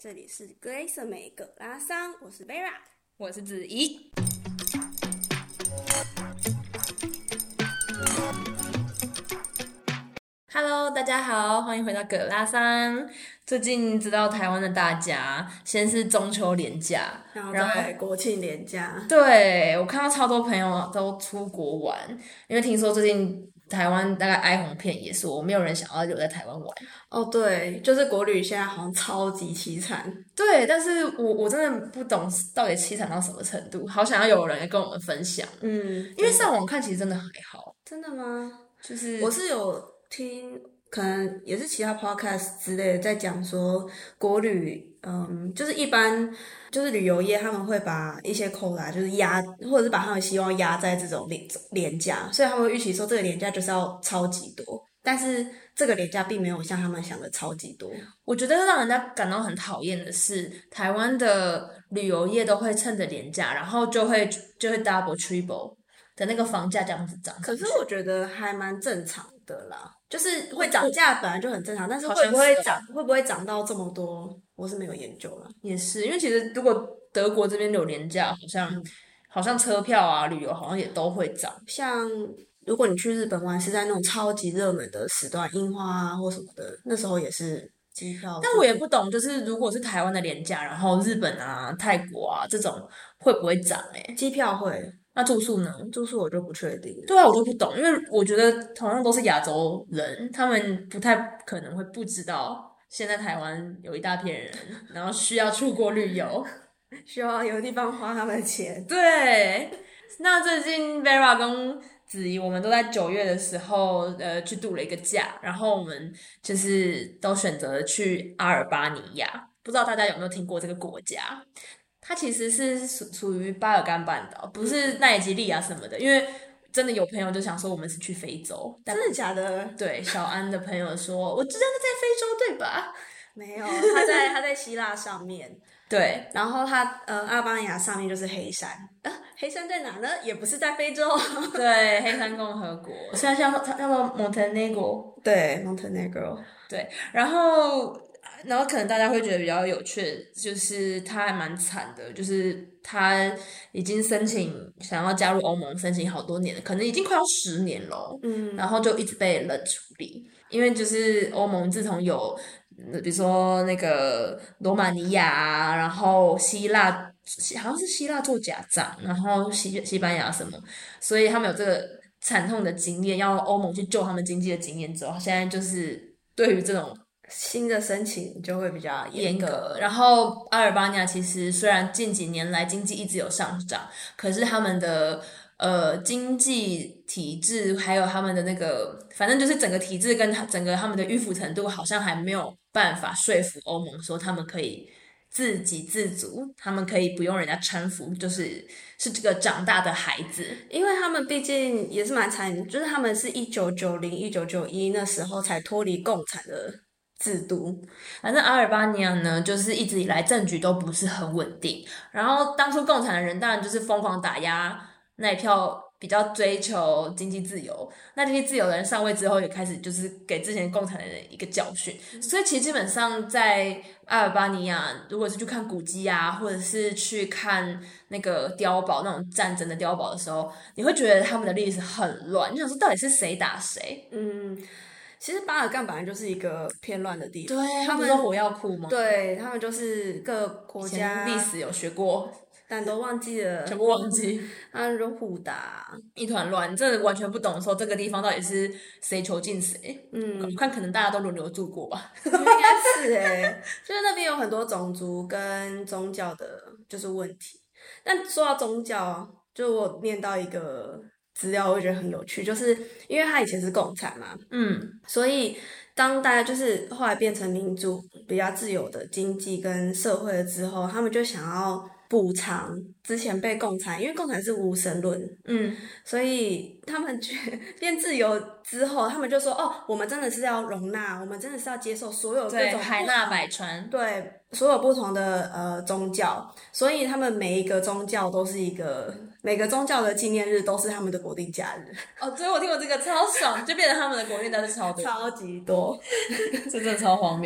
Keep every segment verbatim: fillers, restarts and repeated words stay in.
这里是格雷瑟美葛拉桑，我是 Vera， 我是子怡。Hello， 大家好，欢迎回到葛拉桑。最近知道台湾的大家，先是中秋连假， 然后在国庆连假。 对，我看到超多朋友都出国玩，因为听说最近台湾大概哀鸿遍野，说没有人想要留在台湾玩。 哦，对，就是国旅现在好像超级凄惨。 对，但是我我真的不懂到底凄惨到什么程度，好想要有人跟我们分享。 嗯， 因为上网看其实真的还好。 真的吗？ 就是我是有听，可能也是其他 podcast 之类的在讲说国旅，嗯，就是一般就是旅游业他们会把一些扣打就是压，或者是把他们希望压在这种廉廉价，所以他们会预期说这个廉价就是要超级多，但是这个廉价并没有像他们想的超级多。 我觉得让人家感到很讨厌的是，台湾的旅游业都会趁着廉价，然后就会就会 double triple 的那个房价这样子涨。 可是我觉得还蛮正常的啦，就是会涨价本来就很正常，但是好像会不会是涨会不会涨到这么多，我是没有研究了。 也是，因为其实如果德国这边有廉价，好像、 嗯好像车票啊、旅游好像也都会涨。 像如果你去日本玩是在那种超级热门的时段，樱花啊或什么的，那时候也是机票。 但我也不懂，就是如果是台湾的廉价，然后日本啊、泰国啊这种会不会涨？欸， 机票会， 那住宿呢？ 住宿我就不确定了。 对啊，我就不懂，因为我觉得同样都是亚洲人，他们不太可能会不知道现在台湾有一大片人，然后需要出国旅游。 需要有地方花他们的钱。 对，那最近 Vera 跟子怡我们都在九月的时候，呃，去度了一个假，然后我们就是都选择了去阿尔巴尼亚。不知道大家有没有听过这个国家？它其实是属属于巴尔干半岛，不是奈及利亚什么的。因为真的有朋友就想说我们是去非洲，但真的假的？ 对小安的朋友说，我知道他在非洲对吧？ 没有，他在他在希腊上面。 对， 然后它呃，阿尔巴尼亚上面就是黑山，啊，黑山在哪呢？也不是在非洲。 对，黑山共和国，现在叫叫做 Montenegro。 对，Montenegro。 对，然后然后可能大家会觉得比较有趣的，就是他还蛮惨的，就是他已经申请想要加入欧盟，申请好多年了，可能已经快要十年了。 嗯， 然后就一直被冷处理，因为就是欧盟自从有，呃比如说那个罗马尼亚啊，然后希腊，好像是希腊做假账，然后西西班牙什么，所以他们有这个惨痛的经验，要欧盟去救他们经济的经验之后，现在就是对于这种新的申请就会比较严格。 严格。然后阿尔巴尼亚其实虽然近几年来经济一直有上涨，可是他们的呃经济体制还有他们的那个，反正就是整个体制跟整个他们的迂腐程度，好像还没有办法说服欧盟说他们可以自给自足，他们可以不用人家搀扶，就是是这个长大的孩子。 因为他们毕竟也是蛮惨，就是他们是一九九零、一九九一那时候才脱离共产的制度。 反正阿尔巴尼亚呢，就是一直以来政局都不是很稳定。然后当初共产的人当然就是疯狂打压那一票比较追求经济自由。那经济自由的人上位之后，也开始就是给之前共产的人一个教训。所以其实基本上在阿尔巴尼亚，如果是去看古迹啊，或者是去看那个碉堡那种战争的碉堡的时候，你会觉得他们的历史很乱。你想说到底是谁打谁？ 嗯，其实巴尔干本来就是一个偏乱的地方。 对， 他们说火药库吗？ 对他们就是各国以前家历史有学过， 但都忘记了， 全部忘记， 他们就互打。 一团乱，真的完全不懂说这个地方到底是谁囚禁谁。 嗯， 我看可能大家都轮流住过吧。 应该是哎、就是那边有很多种族跟宗教的，就是问题。但说到宗教，就我念到一个资料，我觉得很有趣，就是因为他以前是共产嘛， 嗯， 所以当大家就是后来变成民主、比较自由的经济跟社会了之后，他们就想要补偿之前被共产，因为共产是无神论， 嗯， 所以他们觉变自由之后，他们就说：“哦，我们真的是要容纳，我们真的是要接受所有各对， 种海纳百川。 对所有不同的呃宗教，所以他们每一个宗教都是一个每个宗教的纪念日都是他们的国定假日， 哦，所以我听过这个超爽，就变成他们的国内但是超多， 超级多。 这真的超荒谬。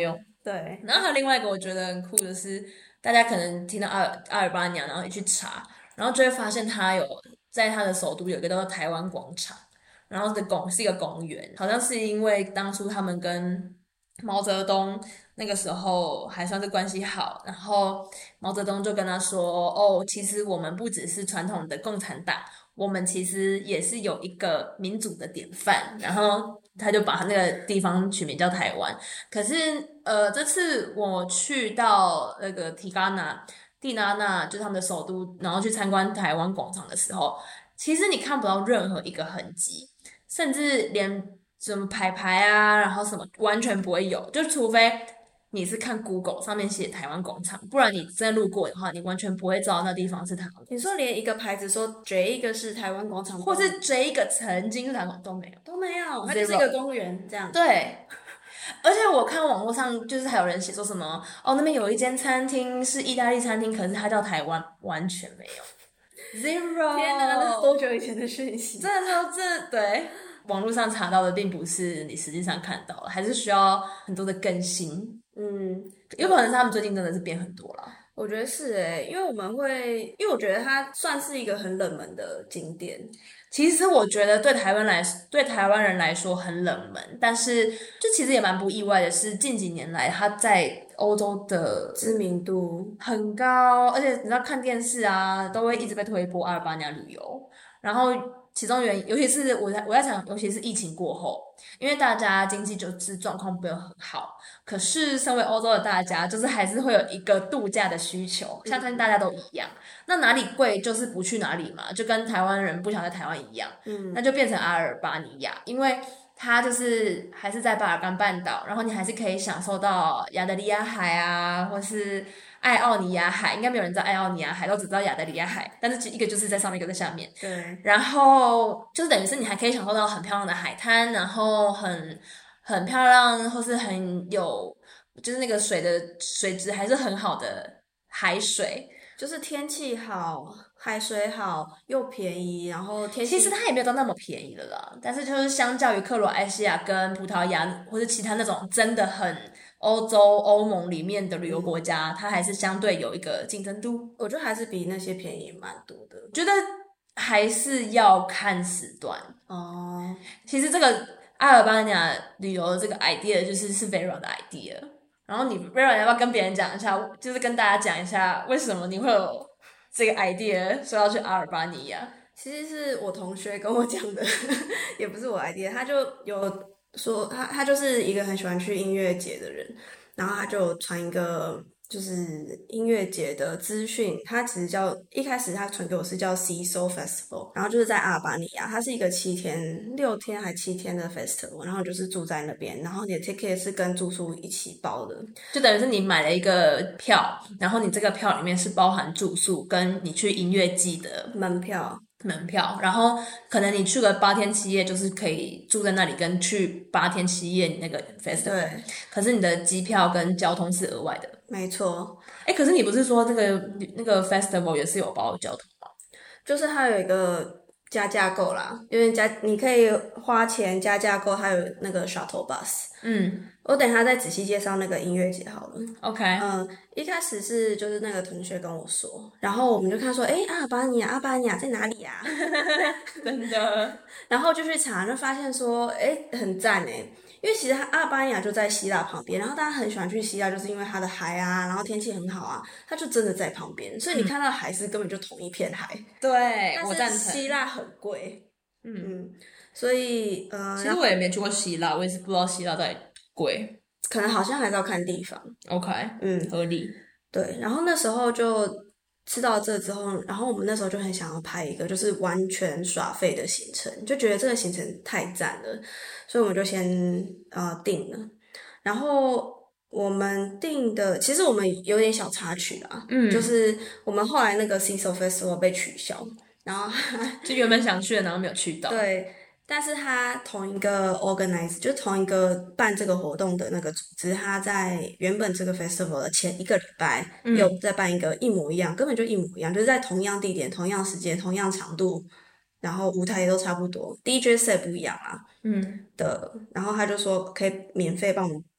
对， 然后还有另外一个我觉得很酷的是，大家可能听到阿尔阿尔巴尼亚，然后你去查，然后就会发现它有在它的首都有一个叫做台湾广场，然后的公是一个公园，好像是因为当初他们跟毛泽东那个时候还算是关系好，然后毛泽东就跟他说：“哦，其实我们不只是传统的共产党，我们其实也是有一个民主的典范。”然后他就把那个地方取名叫台湾。可是呃，这次我去到那个提嘎纳、蒂拉纳，就是他们的首都，然后去参观台湾广场的时候，其实你看不到任何一个痕迹。甚至连什么牌牌啊，然后什么完全不会有，就除非你是看 Google 上面写台湾广场，不然你真的路过的话，你完全不会知道那地方是台湾， 你说连一个牌子说这一个是台湾广场， 或是这一个曾经是台湾广场都没有， 都没有，它就是一个公园这样。 对。而且我看网络上就是还有人写说什么哦，那边有一间餐厅是意大利餐厅，可是它叫台湾，完全没有。Zero！ 天哪，那是多久以前的讯息？ 真的说这对网络上查到的，并不是你实际上看到的，还是需要很多的更新。 嗯， 有可能是他们最近真的是变很多了。 我觉得是诶、因为我们会，因为我觉得它算是一个很冷门的景点。 其实我觉得对台湾来对台湾人来说很冷门，但是就其实也蛮不意外的是，近几年来它在欧洲的知名度很高，而且你知道看电视啊，都会一直被推播阿尔巴尼亚旅游。然后其中原因，尤其是我在我在想，尤其是疫情过后，因为大家经济就是状况没有很好，可是身为欧洲的大家，就是还是会有一个度假的需求，相信大家都一样。那哪里贵就是不去哪里嘛，就跟台湾人不想在台湾一样， 嗯， 那就变成阿尔巴尼亚，因为它就是还是在巴尔干半岛，然后你还是可以享受到亚得里亚海啊，或是爱奥尼亚海，应该没有人知道爱奥尼亚海，都只知道亚得里亚海，但是一个就是在上面，一个在下面。 对， 然后就是等于是你还可以享受到很漂亮的海滩，然后很很漂亮，或是很有就是那个水的水质还是很好的海水。 就是天气好，海水好，又便宜，然后天气其实它也没有到那么便宜的啦，但是就是相较于克罗埃西亚跟葡萄牙或者其他那种真的很欧洲欧盟里面的旅游国家，它还是相对有一个竞争度。 我觉得还是比那些便宜蛮多的。 觉得还是要看时段哦。 其实这个阿尔巴尼亚旅游的这个 idea 就是是 Vera 的 idea。然后你 Vera 要不要跟别人讲一下，就是跟大家讲一下为什么你会有这个 idea 说要去阿尔巴尼亚？ 其实是我同学跟我讲的，也不是我 idea，他就有说他他就是一个很喜欢去音乐节的人，然后他就传一个就是音乐节的资讯，它其实叫一开始他传给我是叫 Sea Soul Festival，然后就是在阿尔巴尼亚，它是一个七天六天还七天的 festival，然后就是住在那边，然后你的 ticket 是跟住宿一起包的， 就等于是你买了一个票，然后你这个票里面是包含住宿跟你去音乐季的门票。 门票，然后可能你去个八天七夜，就是可以住在那里，跟去八天七夜你那个 festival。 对， 可是你的机票跟交通是额外的。 没错。 哎，可是你不是说那个那个 festival 也是有包交通吗？ 就是它有一个加价购啦，因为加你可以花钱加价购，还有那个 shuttle bus。 嗯我等一下再仔细介绍那个音乐节好了。 ，OK。 嗯，一开始是就是那个同学跟我说，然后我们就看说，诶，阿尔巴尼亚，阿尔巴尼亚在哪里呀、 真的。 然后就去查，就发现说，诶，很赞诶，因为其实阿尔巴尼亚就在希腊旁边，然后大家很喜欢去希腊，就是因为它的海啊，然后天气很好啊，它就真的在旁边，所以你看到海是根本就同一片海。 对，我赞但是成。 希腊很贵。 嗯， 嗯，所以呃， 其实我也没去过希腊，我也是不知道希腊到底贵。 可能好像还是要看地方。 OK， 嗯， 合理。 对。然后那时候就吃到这之后，然后我们那时候就很想要拍一个就是完全耍废的行程，就觉得这个行程太赞了，所以我们就先呃定了。然后我们定的其实我们有点小插曲啦， 嗯， 就是我们后来那个 Sea Soul Festival 被取消，然后就原本想去的，然后没有去到。 对。但是他同一个 organize 就同一个办这个活动的那个组织，他在原本这个 festival 的前一个礼拜， 嗯有在办一个一模一样，根本就一模一样，就是在同样地点、同样时间、同样长度，然后舞台也都差不多，D J set 不一样啊嗯， 的。然后他就说可以免费帮我们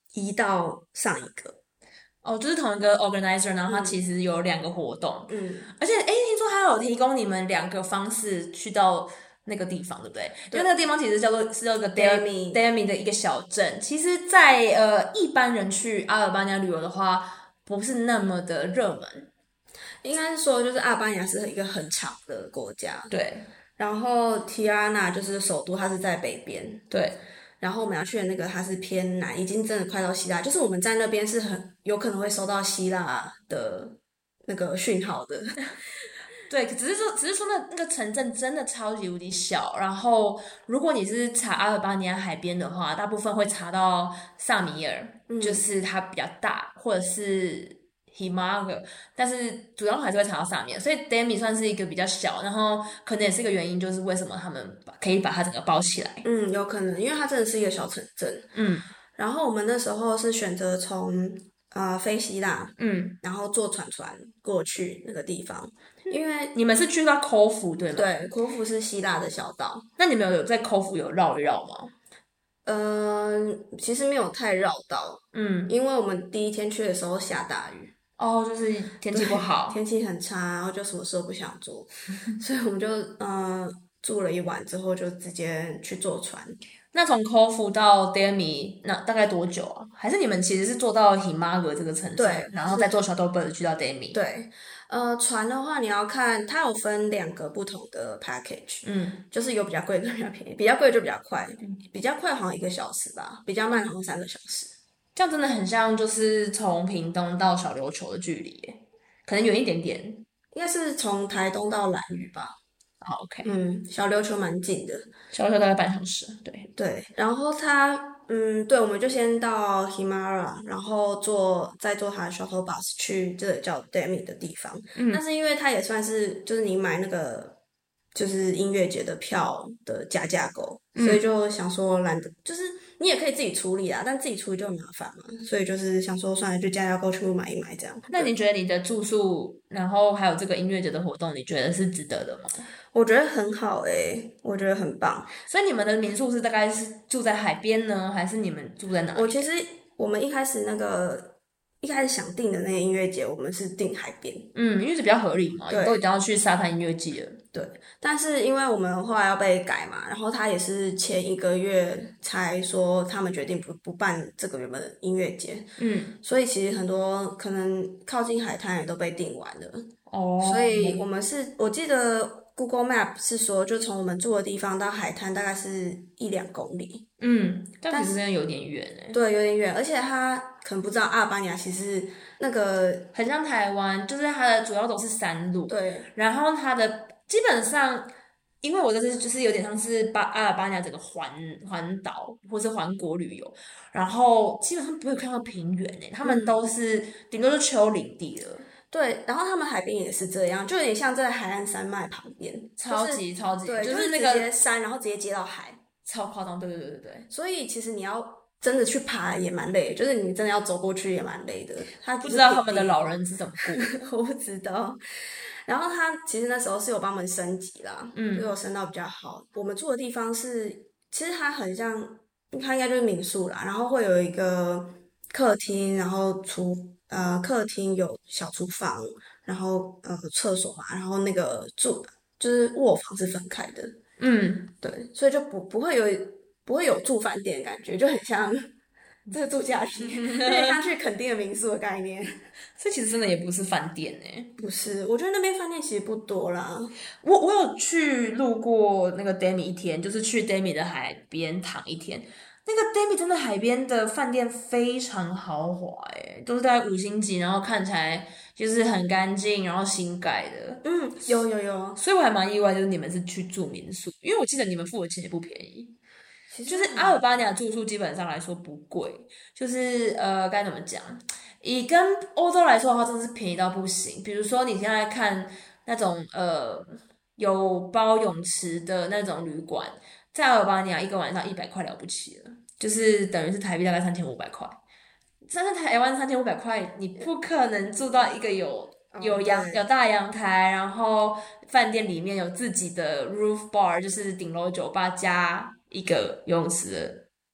移到上一个。 哦，就是同一个 organizer，然后他嗯其实有两个活动， 嗯， 而且诶，听说他有提供你们两个方式去到那个地方，对不对？因为对那个地方其实叫做是叫做 ，Demi， Dami 的一个小镇。其实在，呃一般人去阿尔巴尼亚旅游的话，不是那么的热门。 应该是说就是阿尔巴尼亚是一个很长的国家， 对然后 Tirana 就是首都，它是在北边。 对， 然后我们要去的那个它是偏南，已经真的快到希腊，就是我们在那边是很有可能会收到希腊的那个讯号的。 对，只是说，只是说那那个城镇真的超级无敌小。然后，如果你是查阿尔巴尼亚海边的话，大部分会查到萨米尔，就是它比较大，或者是 Himaga，但是主要还是会查到萨米尔。所以 Demi 算是一个比较小，然后可能也是一个原因，就是为什么他们把可以把它整个包起来。 嗯，有可能，因为它真的是一个小城镇。 嗯然后我们那时候是选择从呃飞希腊， 嗯， 然后坐船船过去那个地方，因为你们是去到科夫对吗？ 对，科夫是希腊的小岛。 那你们有在科夫有绕一绕吗？ 嗯、其实没有太绕道， 嗯， 因为我们第一天去的时候下大雨， 哦，就是天气不好。 天气很差，然后就什么事都不想做，所以我们就嗯、呃住了一晚之后就直接去坐船。 那从 Kofu 到 Demi 那大概多久啊？还是你们其实是坐到 Himaga 这个城镇， 对， 然后再坐 shuttle bus 去到 Demi？ 对，呃，船的话你要看，它有分两个不同的 package， 嗯， 就是有比较贵跟比较便宜，比较贵就比较快，比较快好像一个小时吧，比较慢好像三个小时。 这样真的很像就是从屏东到小琉球的距离耶，可能远一点点。 应该是从台东到兰屿吧。 好，OK， 嗯，小琉球蛮近的。 小琉球大概半小时。对， 对，然后它，嗯，对，我们就先到 Himara，然后坐再坐它的 shuttle bus 去这个叫 Demi 的地方。 嗯但是因为它也算是就是你买那个就是音乐节的票的加价购，所以嗯， 就想说懒得，就是你也可以自己处理啊，但自己处理就很麻烦嘛，所以就是想说算了，就加价购去买一买这样。 那你觉得你的住宿，然后还有这个音乐节的活动，你觉得是值得的吗？ 我觉得很好诶、我觉得很棒。 所以你们的民宿是大概是住在海边呢，还是你们住在哪里？ 我其实我们一开始那个一开始想订的那个音乐节，我们是订海边。 嗯，因为是比较合理嘛， 对都已经要去沙滩音乐季了。 对，但是因为我们后来要被改嘛，然后他也是前一个月才说他们决定不不办这个原本的音乐节， 嗯， 所以其实很多可能靠近海滩也都被订完了。 哦， 所以我们是我记得 Google Map 是说，就从我们住的地方到海滩大概是一两公里， 嗯，但其实真的有点远诶， 对，有点远，而且他可能不知道阿尔巴尼亚其实那个很像台湾，就是它的主要都是山路， 对然后它的基本上，因为我这次就是有点像是巴阿尔巴尼亚整个环环岛或是环国旅游，然后基本上不会看到平原诶，他们都是顶多是丘陵地了， 对，然后他们海边也是这样，就有点像在海岸山脉旁边， 超就是级超级， 对，就是直就是那个接山，然后直接接到海， 超夸张，对对对对对。 所以其实你要真的去爬也蛮累，就是你真的要走过去也蛮累的。他不知道他们的老人是怎么过。 我不知道。然后他其实那时候是有帮我们升级啦，嗯，就有升到比较好。我们住的地方是，其实它很像，它应该就是民宿啦，然后会有一个客厅，然后厨呃客厅有小厨房，然后呃厕所嘛，然后那个住就是卧房是分开的， 嗯， 对，所以就不不会有不会有住饭店的感觉，就很像这个度假区，有点像去垦丁的民宿的概念。 这其实真的也不是饭店呢。 不是，我觉得那边饭店其实不多啦。 我我有去路过那个 Demi 一天，就是去 Demi 的海边躺一天。那个 Demi 真的海边的饭店非常豪华，诶，都是大概五星级，然后看起来就是很干净，然后新盖的。 嗯，有有有， 所以我还蛮意外，就是你们是去住民宿，因为我记得你们付的钱也不便宜。 其实就是阿尔巴尼亚住宿基本上来说不贵，就是呃该怎么讲，以跟欧洲来说的话，真的是便宜到不行。比如说你现在看那种呃有包泳池的那种旅馆，在阿尔巴尼亚一个晚上一百块了不起了，就是等于是台币大概三千五百块。但是台湾三千五百块，你不可能住到一个有有阳对有大阳台，然后饭店里面有自己的 roof bar，就是顶楼酒吧加一个游泳池的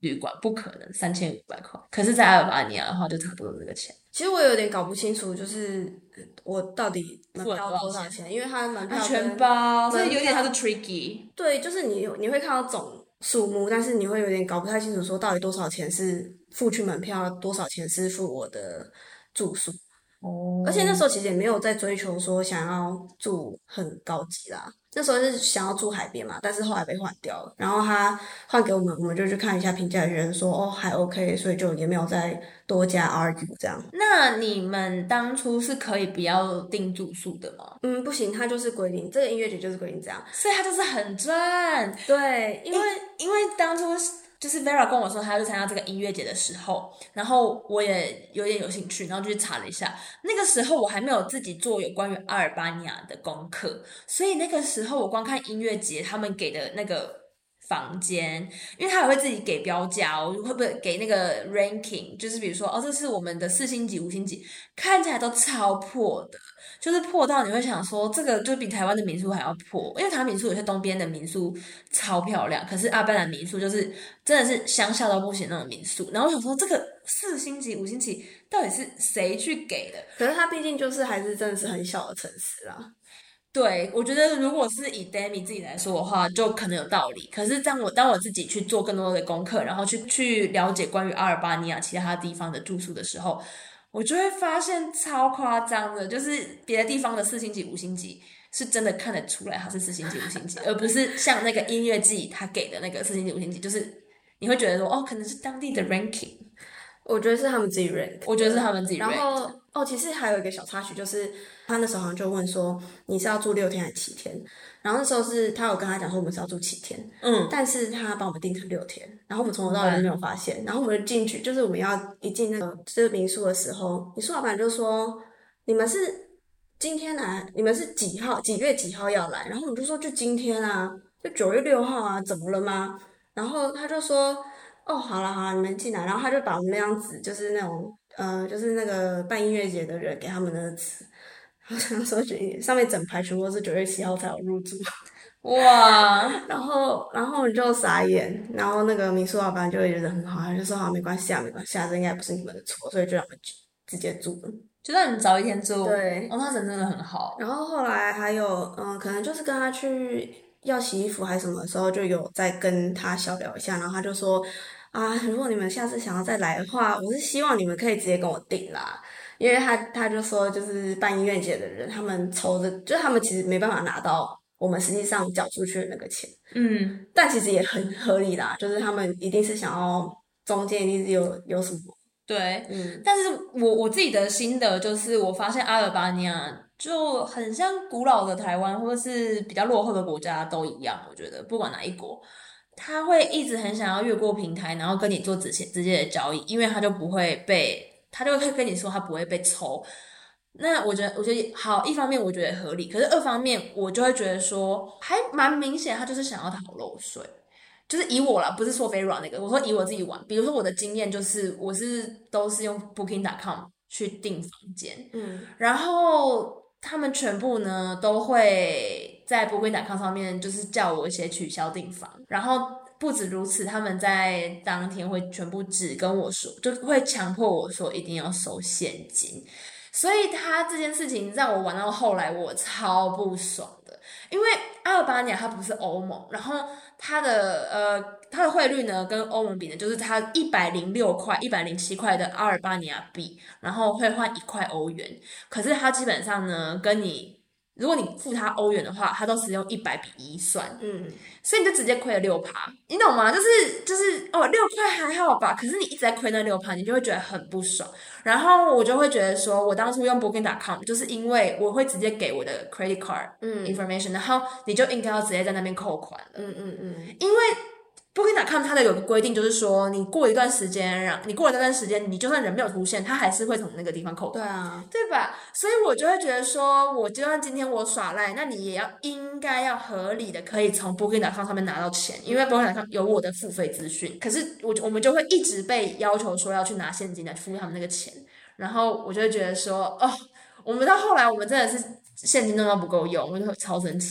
旅馆，不可能三千五百块。可是，在阿尔巴尼亚的话，就差不多这个钱。 其实我有点搞不清楚，就是我到底门付了票多少钱？ 多少钱？因为它门票啊，全跟包，所以有门票点它是 tricky。 对，就是你你会看到总数目，但是你会有点搞不太清楚，说到底多少钱是付去门票，多少钱是付我的住宿。而且那时哦， 候其实也没有在追求说想要住很高级啦，那时候是想要住海边嘛，但是后来被换掉了。然后他换给我们，我们就去看一下评价，觉得说哦还 OK，所以就也没有再多加 argue 这样。 那你们当初是可以不要订住宿的吗？ 嗯，不行，他就是规定，这个音乐节就是规定这样。 所以他就是很赚。 对，因为因为当初就是 Vera 跟我说，他要去参加这个音乐节的时候，然后我也有点有兴趣，然后就去查了一下。那个时候我还没有自己做有关于阿尔巴尼亚的功课，所以那个时候我光看音乐节他们给的那个房间，因为他也会自己给标价哦，会不会给那个 ranking，就是比如说哦，这是我们的四星级、五星级，看起来都超破的。就是破到你会想说，这个就比台湾的民宿还要破，因为台湾民宿有些东边的民宿超漂亮，可是阿班兰民宿就是真的是乡下到不行那种民宿。然后我想说，这个四星级、五星级到底是谁去给的？ 可是它毕竟就是还是真的是很小的城市啦。 对，我觉得如果是以 Demi 自己来说的话，就可能有道理。可是当我当我自己去做更多的功课，然后去去了解关于阿尔巴尼亚其他地方的住宿的时候，我就会发现超夸张的，就是别的地方的四星级、五星级是真的看得出来它是四星级、五星级，而不是像那个音乐季他给的那个四星级、五星级，就是你会觉得说哦，可能是当地的 ranking。 我觉得是他们自己 rank 我觉得是他们自己然 rank 后的。 哦，其实还有一个小插曲，就是他那时候好像就问说你是要住六天还是七天？然后那时候是他有跟他讲说我们是要住七天， 嗯， 但是他帮我们订成六天，然后我们从头怎么办？ 到尾都没有发现。然后我们就进去，就是我们要一进那个这个民宿的时候，民宿老板就说你们是今天来，你们是几号几月几号要来？然后我们就说就今天啊，就九月六号啊，怎么了吗？然后他就说哦，好了好了，你们进来。然后他就把我们那张纸，就是那种呃，就是那个办音乐节的人给他们的纸，好像说上面整排全部都是九月七号才有入住。 哇， 然后然后你就傻眼，然后那个民宿老板就会觉得很好，他就说好没关系啊，没关系啊，这应该不是你们的错，所以就让我们直接住了。 就让你早一天住。 对， 哦，那人真的很好。 然后后来还有，嗯，可能就是跟他去要洗衣服还是什么的时候，就有再跟他小聊一下，然后他就说，啊，如果你们下次想要再来的话，我是希望你们可以直接跟我订啦，因为他他就说，就是办音乐节的人，他们抽的，就是他们其实没办法拿到我们实际上缴出去的那个钱， 嗯， 但其实也很合理啦，就是他们一定是想要中间一定是有有什么， 对。 嗯但是我我自己的心得就是，我发现阿尔巴尼亚就很像古老的台湾，或者是比较落后的国家都一样。我觉得不管哪一国，他会一直很想要越过平台，然后跟你做直接直接的交易，因为他就不会被，他就会跟你说他不会被抽。那我觉得，我觉得好，一方面我觉得合理，可是二方面我就会觉得说，还蛮明显，他就是想要逃漏税。就是以我啦，不是说 Vera 那个，我说以我自己玩，比如说我的经验就是，我是都是用 Booking 点 com 去订房间， 嗯然后他们全部呢都会在 Booking 点 com 上面就是叫我写取消订房，然后不止如此，他们在当天会全部只跟我说，就会强迫我说一定要收现金，所以他这件事情让我玩到后来，我超不爽的，因为阿尔巴尼亚它不是欧盟，然后它的呃它的汇率呢跟欧盟比呢，就是它一百零六块、一百零七块的阿尔巴尼亚币，然后会换一块欧元。可是它基本上呢，跟你如果你付它欧元的话，它都是用一百比一算， 嗯。 所以你就直接亏了六趴，你懂吗？就是就是哦，六块还好吧，可是你一直在亏那六趴，你就会觉得很不爽。然后我就会觉得说，我当初用 Booking 点 com，就是因为我会直接给我的 credit card 嗯 information，然后你就应该要直接在那边扣款了， 嗯嗯嗯， 因为 Booking 点 com 它的有个规定，就是说你过一段时间，让你过了那段时间，你就算人没有出现，它还是会从那个地方扣款。 对啊， 对吧？所以我就会觉得说，我就算今天我耍赖，那你也要应该要合理的可以从 Booking 点 com 上面拿到钱，因为 Booking 点 com 有我的付费资讯。可是我我们就会一直被要求说要去拿现金来付他们那个钱，然后我就会觉得说，哦，我们到后来我们真的是现金弄到不够用，我就超生气的。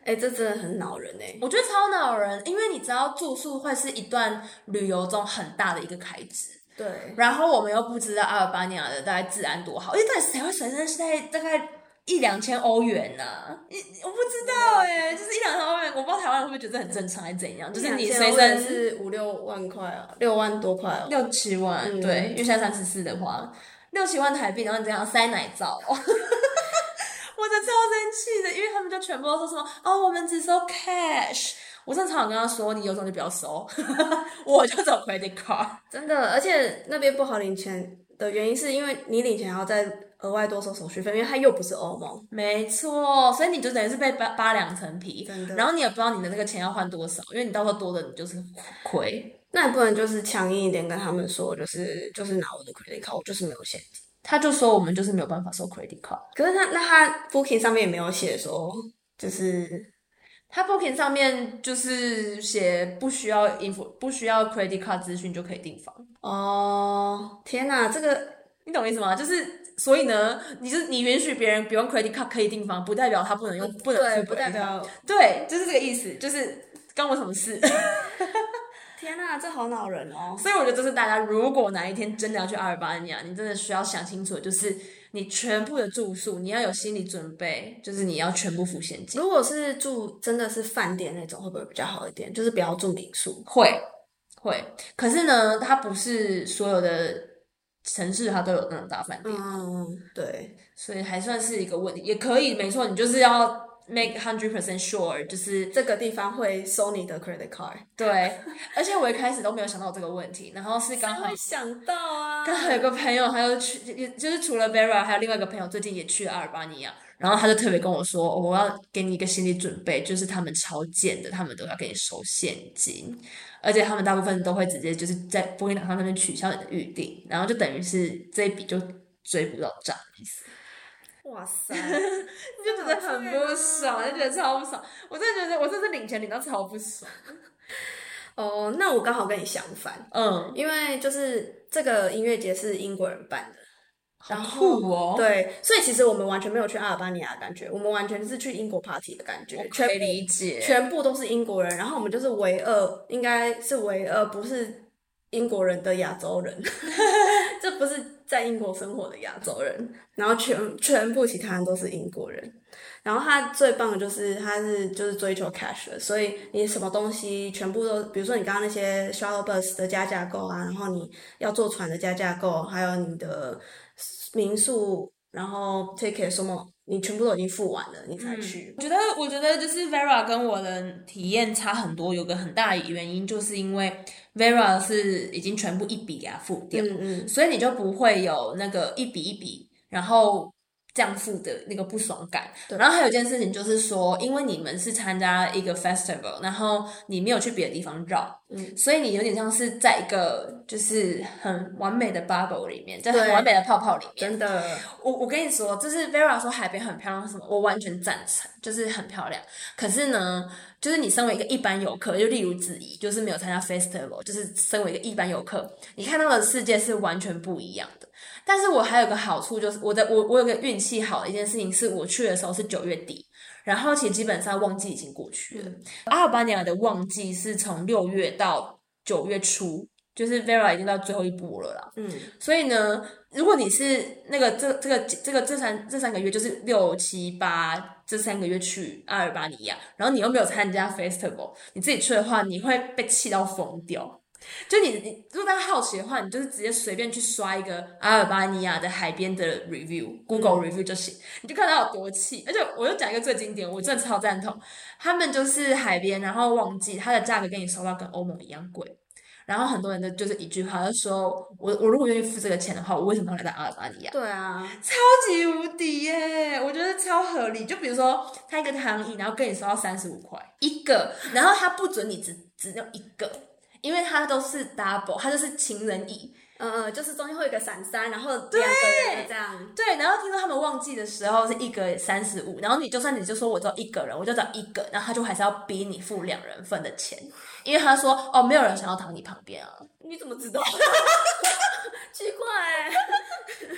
哎、欸，这真的很恼人哎、欸。 我觉得超恼人，因为你知道住宿会是一段旅游中很大的一个开支。 对， 然后我们又不知道阿尔巴尼亚的大概治安多好，因为到底谁会随身携带大概一两千欧元呢、啊？我不知道哎、欸，就是一两千欧元，我不知道台湾人会不会觉得很正常，还是怎样？就是你随身是五六万块啊，六万多块哦， 六七万，嗯、对，因为现在三十四的话，六七万台币，然后你这样塞奶罩。我真的超生气的，因为他们就全部都说什么哦，我们只收 cash。我正常常跟他说，你有种就不要收，我就走 credit card。 真的，而且那边不好领钱的原因是因为你领钱还要再额外多收手续费，因为它又不是欧盟。 没错，所以你就等于是被扒扒两层皮， 真的。 然后你也不知道你的那个钱要换多少，因为你到时候多的你就是亏。 那你不能就是强硬一点跟他们说，就是就是拿我的 credit card，我就是没有现金。 他就说我们就是没有办法收 credit card。 可是他那他 booking 上面也没有写说，就是他 booking 上面就是写不需要 info 不需要 credit card 资讯就可以订房。 哦，天哪，这个你懂我意思吗？就是所以呢，你是你允许别人不用 credit card 可以订房，不代表他不能用，不能对，不代表对，就是这个意思，就是关我什么事？ 天哪，这好恼人哦！ 所以我觉得这是大家如果哪一天真的要去阿尔巴尼亚，你真的需要想清楚，就是你全部的住宿，你要有心理准备，就是你要全部付现金。 如果是住真的是饭店那种，会不会比较好一点？就是不要住民宿。 会会，可是呢，它不是所有的城市它都有那种大饭店。 嗯，对， 所以还算是一个问题，也可以，没错，你就是要 make hundred percent sure， 就是这个地方会收你的 credit card。 对，而且我一开始都没有想到这个问题，然后是刚好想到啊， 刚好有个朋友，他又去，就是除了 Vera， 还有另外一个朋友最近也去了阿尔巴尼亚，然后他就特别跟我说，哦，我要给你一个心理准备，就是他们超贱的，他们都要给你收现金，而且他们大部分都会直接就是在波音岛上那边取消你的预定，然后就等于是这一笔就追不到账的意思。 哇塞， 就觉得很不爽，就觉得超不爽。我真的觉得我这次领钱领到超不爽。 哦，那我刚好跟你相反， 嗯， 因为就是这个音乐节是英国人办的，然后酷哦， 对，所以其实我们完全没有去阿尔巴尼亚的感觉，我们完全是去英国 party 的感觉， 可以理解， 全部都是英国人，然后我们就是唯二，应该是唯二不是英国人的亚洲人，这不是在英国生活的亚洲人，然后全全部其他人都是英国人。然后他最棒的就是他是就是追求 cash 的，所以你什么东西全部都，比如说你刚刚那些 shuttle bus 的加价购啊，然后你要坐船的加价购，还有你的民宿，然后 ticket 什么，你全部都已经付完了，你才去。 嗯、我觉得，我觉得就是 Vera 跟我的体验差很多，有个很大的原因就是因为 Vera 是已经全部一笔给他付掉， 嗯嗯， 所以你就不会有那个一笔一笔，然后这样付的那个不爽感。然后还有一件事情就是说，因为你们是参加一个 festival， 然后你没有去别的地方绕，嗯，所以你有点像是在一个就是很完美的 bubble 里面，在很完美的泡泡里面。 真的， 我我跟你说，就是 Vera 说海边很漂亮什么，我完全赞成，就是很漂亮。可是呢，就是你身为一个一般游客，就例如子怡，就是没有参加 festival， 就是身为一个一般游客，你看到的世界是完全不一样的。但是我还有个好处，就是我的我我有个运气好的一件事情，是我去的时候是九月底，然后其实基本上旺季已经过去了。阿尔巴尼亚的旺季是从六月到九月初，就是 Vera 已经到最后一波了啦。嗯，所以呢，如果你是那个这这个这个这三这三个月，就是六七八这三个月去阿尔巴尼亚，然后你又没有参加 festival， 你自己去的话，你会被气到疯掉。就你你如果大家好奇的话，你就是直接随便去刷一个阿尔巴尼亚的海边的 review，Google review 就行，你就看到有多气。而且我就讲一个最经典，我真的超赞同，他们就是海边，然后旺季它的价格跟你收到跟欧盟一样贵。然后很多人的就是一句话，就说我我如果愿意付这个钱的话，我为什么要来到阿尔巴尼亚？ 对啊， 超级无敌耶！我觉得超合理。就比如说，他一个躺椅，然后跟你收到三十五块一个，然后他不准你只只用一个，因为它都是 double， 它就是情人椅。 嗯，就是中间会有一个伞伞，然后两个人这样。 对，然后听说他们旺季的时候是一个三十五，然后你就算你就说我只有一个人，我就找一个，然后他就还是要逼你付两人份的钱，因为他说哦，没有人想要躺你旁边啊。 你怎么知道？奇怪、欸，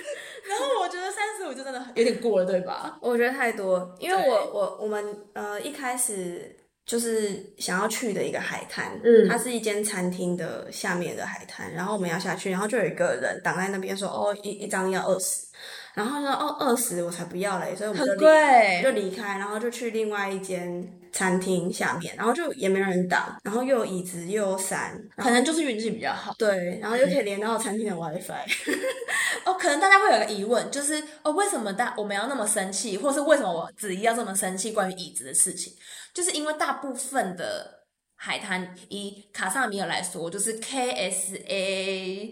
然后我觉得三十五就真的有点过了，对吧？ 我觉得太多，因为对我我我们呃一开始就是想要去的一个海滩， 嗯它是一间餐厅的下面的海滩，然后我们要下去，然后就有一个人挡在那边说，哦，一一张要二十，然后说哦二十我才不要嘞，所以我们就很离就贵， 离开，然后就去另外一间餐厅下面，然后就也没人挡，然后又有椅子又有伞，然后可能就是运气比较好。 对，然后又可以连到餐厅的 WiFi。 哦，可能大家会有个疑问，就是哦，为什么大我们要那么生气，或是为什么我子怡要这么生气关于椅子的事情？就是因为大部分的海滩，以卡萨米尔来说，就是 K S A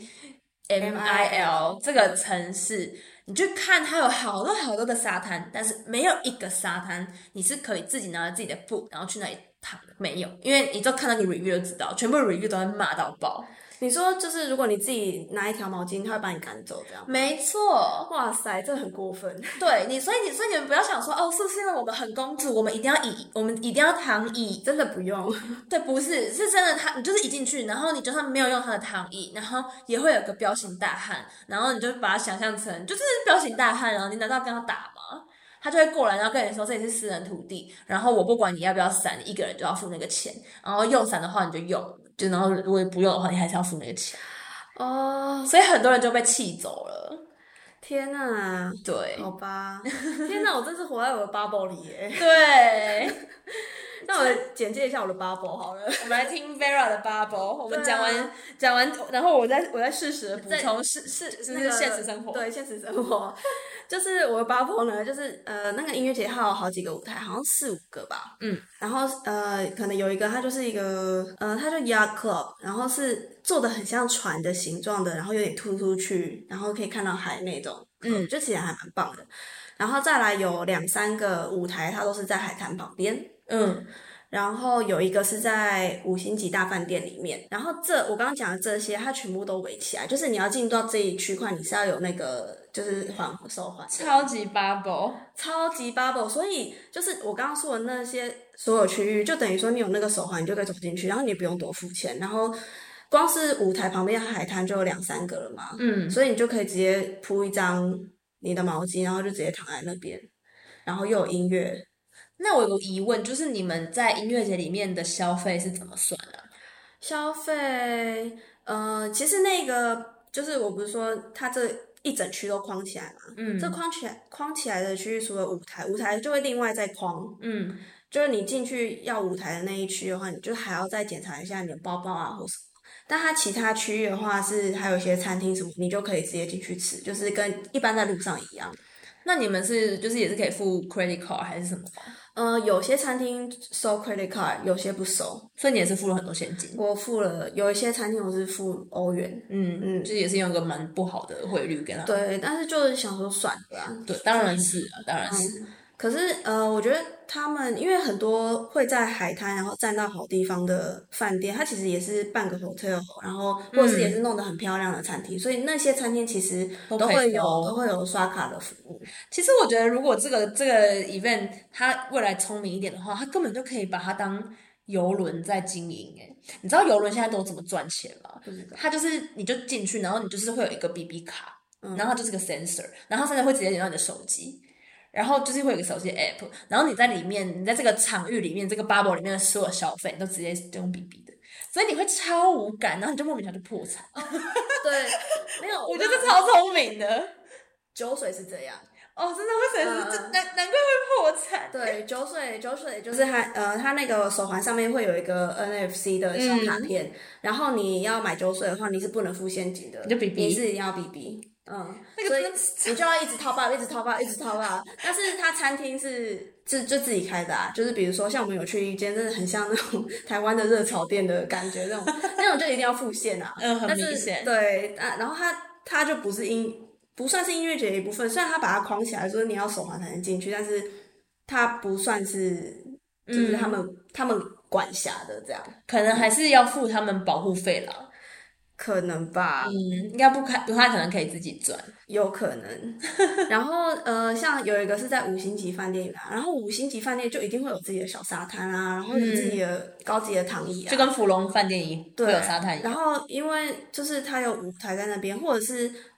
M I L 这个城市，你去看它有好多好多的沙滩，但是没有一个沙滩你是可以自己拿着自己的布，然后去那里躺的，没有，因为你就看那个 review 就知道，全部 review 都会骂到爆。 你说就是如果你自己拿一条毛巾，他会把你赶走，这样？ 没错， 哇塞，这很过分。 对你，所以你，所以你们不要想说哦，是不是因为我们很公主，我们一定要以，我们一定要躺椅？ 真的不用。 对，不是，是真的他，你就是一进去，然后你就算没有用他的躺椅，然后也会有个彪形大汉，然后你就把他想象成就是彪形大汉，然后你难道跟他打吗？他就会过来，然后跟你说这里是私人土地，然后我不管你要不要伞，你一个人就要付那个钱，然后用伞的话你就用，就然后如果不用的话，你还是要付那个钱， 哦， 所以很多人就被气走了。 天哪！ 对好吧，天哪，我真是活在我的 bubble 里耶。 对， 那我简介一下我的 bubble 好了。 我们来听 Vera 的 Bubble，我们讲完、 对啊讲完，然后我再我再适时的补在充是是那个就是现实生活。 对现实生活，就是我的 bubble 呢，就是呃那个音乐节它有好几个舞台，好像四五个吧。 嗯， 然后呃可能有一个它就是一个呃它就 yacht club，然后是做的很像船的形状的，然后有点突出去，然后可以看到海那种。 嗯， 就其实还蛮棒的。然后再来有两三个舞台，它都是在海滩旁边。 嗯， 然后有一个是在五星级大饭店里面，然后这我刚刚讲的这些，它全部都围起来，就是你要进到这一区块，你是要有那个就是环手环， 超级 Bubble， 超级 bubble，所以就是我刚刚说的那些所有区域，就等于说你有那个手环，你就可以走进去，然后你也不用多付钱，然后光是舞台旁边的海滩就有两三个了嘛， 嗯， 所以你就可以直接铺一张你的毛巾，然后就直接躺在那边，然后又有音乐。 那我有个疑问，就是你们在音乐节里面的消费是怎么算的、啊？ 消费，呃，其实那个就是我不是说它这一整区都框起来嘛， 嗯这框起来框起来的区域除了舞台，舞台就会另外再框， 嗯， 就是你进去要舞台的那一区的话，你就还要再检查一下你的包包啊或什么。但它其他区域的话是还有一些餐厅什么，你就可以直接进去吃，就是跟一般在路上一样。 那你们是就是也是可以付 credit card 还是什么吗？ 呃，有些餐厅收 credit card，有些不收。 所以你也是付了很多现金。 我付了，有一些餐厅我是付欧元。 嗯嗯，就是也是用一个蛮不好的汇率跟他。 对，但是就是想说算了啦。 对，当然是啊，当然是。 嗯可是呃，我觉得他们因为很多会在海滩，然后站到好地方的饭店，它其实也是半个 hotel，然后或者是也是弄得很漂亮的餐厅，所以那些餐厅其实都可以都会有收都会有刷卡的服务。 其实我觉得，如果这个这个 event 它未来聪明一点的话，它根本就可以把它当游轮在经营。诶，你知道游轮现在都怎么赚钱吗？它就是你就进去，然后你就是会有一个 B B 卡，然后它就是个 sensor，然后它 sensor 会直接连到你的手机。然后就是会有一个手机 app，然后你在里面，你在这个场域里面，这个 bubble 里面的所有消费，你都直接用 B B 的，所以你会超无感，然后你就莫名其妙就破产。 对，没有， 我觉得这超聪明的。 酒水是这样。 哦，真的会损失，这难难怪会破产。 对，酒水酒水就是它呃，它那个手环上面会有一个 N F C 的小卡片，然后你要买酒水的话，你是不能付现金的， 你就 B B 你是一定要 B B。嗯， 那个所以真你就要一直掏包，一直掏包，一直掏包。但是它餐厅是就就自己开的啊，就是比如说像我们有去一间真的很像那种台湾的热炒店的感觉，那种那种就一定要付现啊。 嗯，很但是明显。 对啊，然后它它就不是音不算是音乐节的一部分，虽然它把它框起来，说你要手环才能进去，但是它不算是就是他们、 嗯他们管辖的这样， 可能还是要付他们保护费啦。 可能吧。 嗯，应该不开不太可能可以自己赚。 有可能，然后呃，像有一个是在五星级饭店啊，然后五星级饭店就一定会有自己的小沙滩啊，然后有自己的高级的躺椅啊， 就跟芙蓉饭店一会对有沙滩一样。 然后因为就是它有舞台在那边，或者是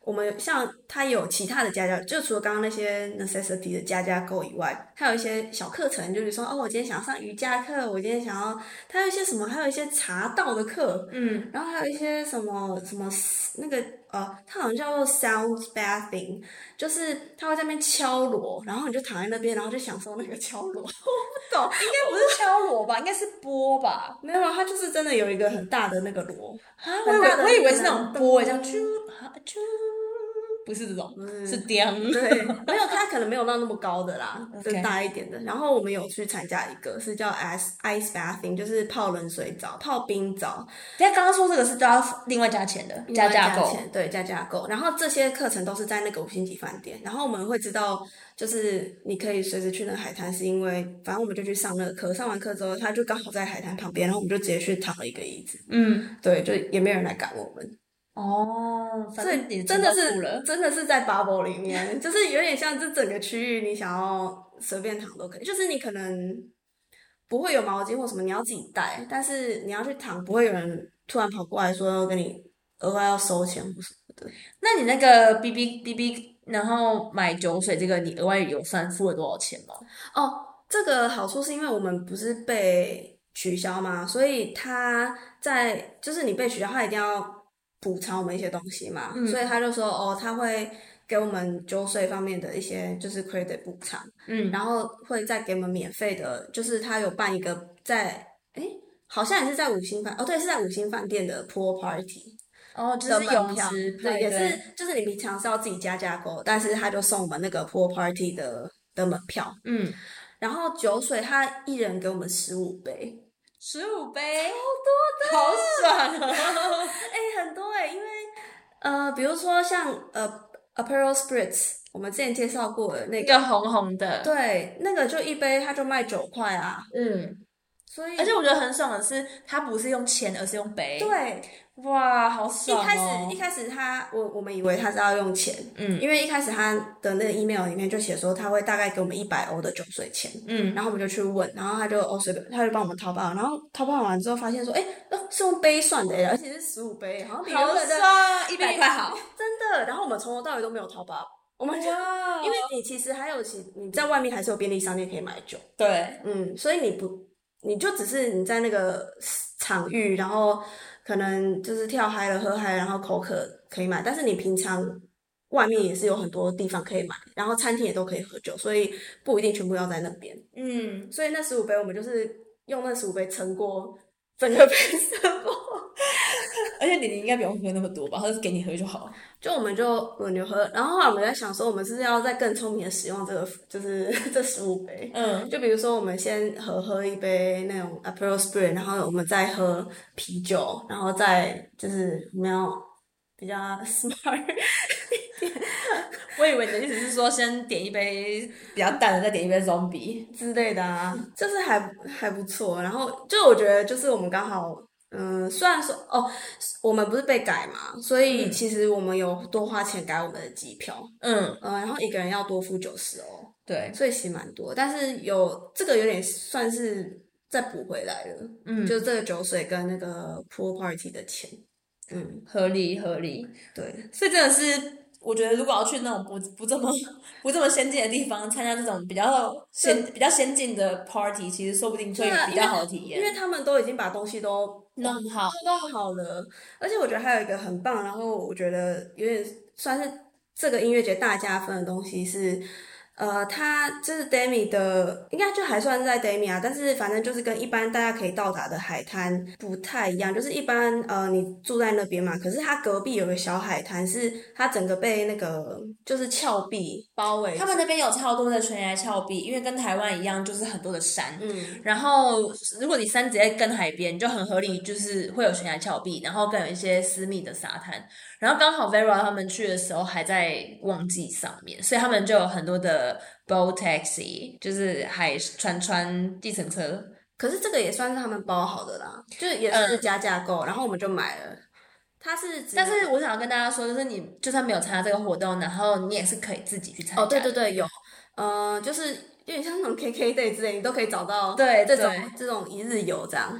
我们像它有其他的家家，就除了刚刚那些 necessity 的家家购以外，它有一些小课程，就是说哦，我今天想要上瑜伽课，我今天想要，它有一些什么，还有一些茶道的课， 嗯， 然后还有一些什么什么那个呃，它好像叫做 sound bathing，就是它会在那边敲锣，然后你就躺在那边，然后就享受那个敲锣。我不懂， 应该不是敲锣吧，应该是拨吧。 没有啊，它就是真的有一个很大的那个锣， 啊，我以为很大的我以为是那种拨，这样噔啾啊啾，不是这种， 嗯是叮。 对，没有，它可能没有到那么高的啦，就 OK 大一点的。然后我们有去参加一个是叫 ice ice bathing，就是泡冷水澡、泡冰澡， 人家刚刚说这个是都要另外加钱的，加价购。 钱，对，加价购。然后这些课程都是在那个五星级饭店，然后我们会知道，就是你可以随时去那个海滩，是因为反正我们就去上那个课，上完课之后，他就刚好在海滩旁边，然后我们就直接去躺了一个椅子， 嗯， 对，就也没有人来赶我们。 哦，反所以正你真的钱都付了。 是真的是在 bubble 里面，就是有点像这整个区域，你想要随便躺都可以，就是你可能不会有毛巾或什么，你要自己带，但是你要去躺，不会有人突然跑过来说要跟你额外要收钱或什么的。 那你那个 B B B B，然后买酒水这个，你额外有算付了多少钱吗？ 哦，这个好处是因为我们不是被取消嘛，所以他在就是你被取消，他一定要补偿我们一些东西嘛， 嗯所以他就说哦，他会给我们酒税方面的一些就是 credit 补偿， 嗯， 然后会再给我们免费的，就是他有办一个在诶，好像也是在五星饭哦，对，是在五星饭店的 pool party。 哦，就的是泳门票， 池对，也派对。 是就是你平常是要自己加价购，但是他就送我们那个 pool party 的的门票， 嗯， 然后酒水他一人给我们十五杯， 十五杯，好爽哦！ 哎，很多哎，因为呃，比如说像呃 Aperol Spritz，我们之前介绍过的那个， 那个红红的， 对，那个就一杯他就卖九块啊， 嗯， 所以而且我觉得很爽的是，它不是用钱，而是用杯。 对， 哇，好一爽开始哦！ 一开始他我我们以为他是要用钱， 嗯因为一开始他的那个 email 里面就写说他会大概给我们一百欧的酒水钱， 嗯， 然后我们就去问，然后他就哦随便他就帮我们淘宝，然后淘宝完之后发现说，哎，哦是用杯算的耶，而且是十五杯，好像比原好本的爽，一百块好。 真的。然后我们从头到尾都没有淘宝，我们就哇， 因为你其实还有其你在外面还是有便利商店可以买酒， 对， 嗯，所以你不你就只是你在那个场域，然后可能就是跳嗨了、喝嗨了，然后口渴可以买，但是你平常外面也是有很多地方可以买，然后餐厅也都可以喝酒，所以不一定全部要在那边。 嗯， 所以那十五杯我们就是用那十五杯撑过整个杯生活。 而且你应该不用喝那么多吧，他是给你喝就好。 就我们就轮流喝，然后后来我们在想说，我们是不是要再更聪明的使用这个，就是这十五杯。 嗯， 就比如说，我们先合喝一杯那种 Aperol Spritz，然后我们再喝啤酒，然后再就是我们要比较 smart 我以为你的意思是说，先点一杯比较淡的，再点一杯 zombie。 之类的啊，就是还还不错。然后就我觉得，就是我们刚好，嗯、虽然说哦，我们不是被改嘛，所以其实我们有多花钱改我们的机票， 嗯， 呃，然后一个人要多付九十欧。 对， 所以其实蛮多，但是有这个有点算是再补回来了， 嗯， 就这个酒水跟那个 pool party 的钱，嗯， 合理合理。 对， 所以真的是，我觉得如果要去那种不不这么不这么先进的地方，参加这种比较先比较先进的 party，其实说不定会对啊比较好的体因为验。 他们都已经把东西都弄好， 都弄好了，而且我觉得还有一个很棒，然后我觉得有点算是这个音乐节大加分的东西是。呃，它就是 Demi 的，应该就还算是在 Demi 啊，但是反正就是跟一般大家可以到达的海滩不太一样，就是一般呃你住在那边嘛，可是它隔壁有个小海滩，是它整个被那个就是峭壁包围， 他们那边有超多的悬崖峭壁，因为跟台湾一样，就是很多的山。 嗯， 然后如果你山直接跟海边，就很合理，就是会有悬崖峭壁，然后更有一些私密的沙滩。然后刚好 Vera 他们去的时候还在旺季上面，所以他们就有很多的 boat taxi，就是海船船计程车。 可是这个也算是他们包好的啦，就也是加价购，然后我们就买了。它是只， 但是我想要跟大家说，就是你就算没有参加这个活动，然后你也是可以自己去参加。 哦，对对对，有，呃，就是有点像那种 K K day 之类，你都可以找到对这种对这种一日游这样。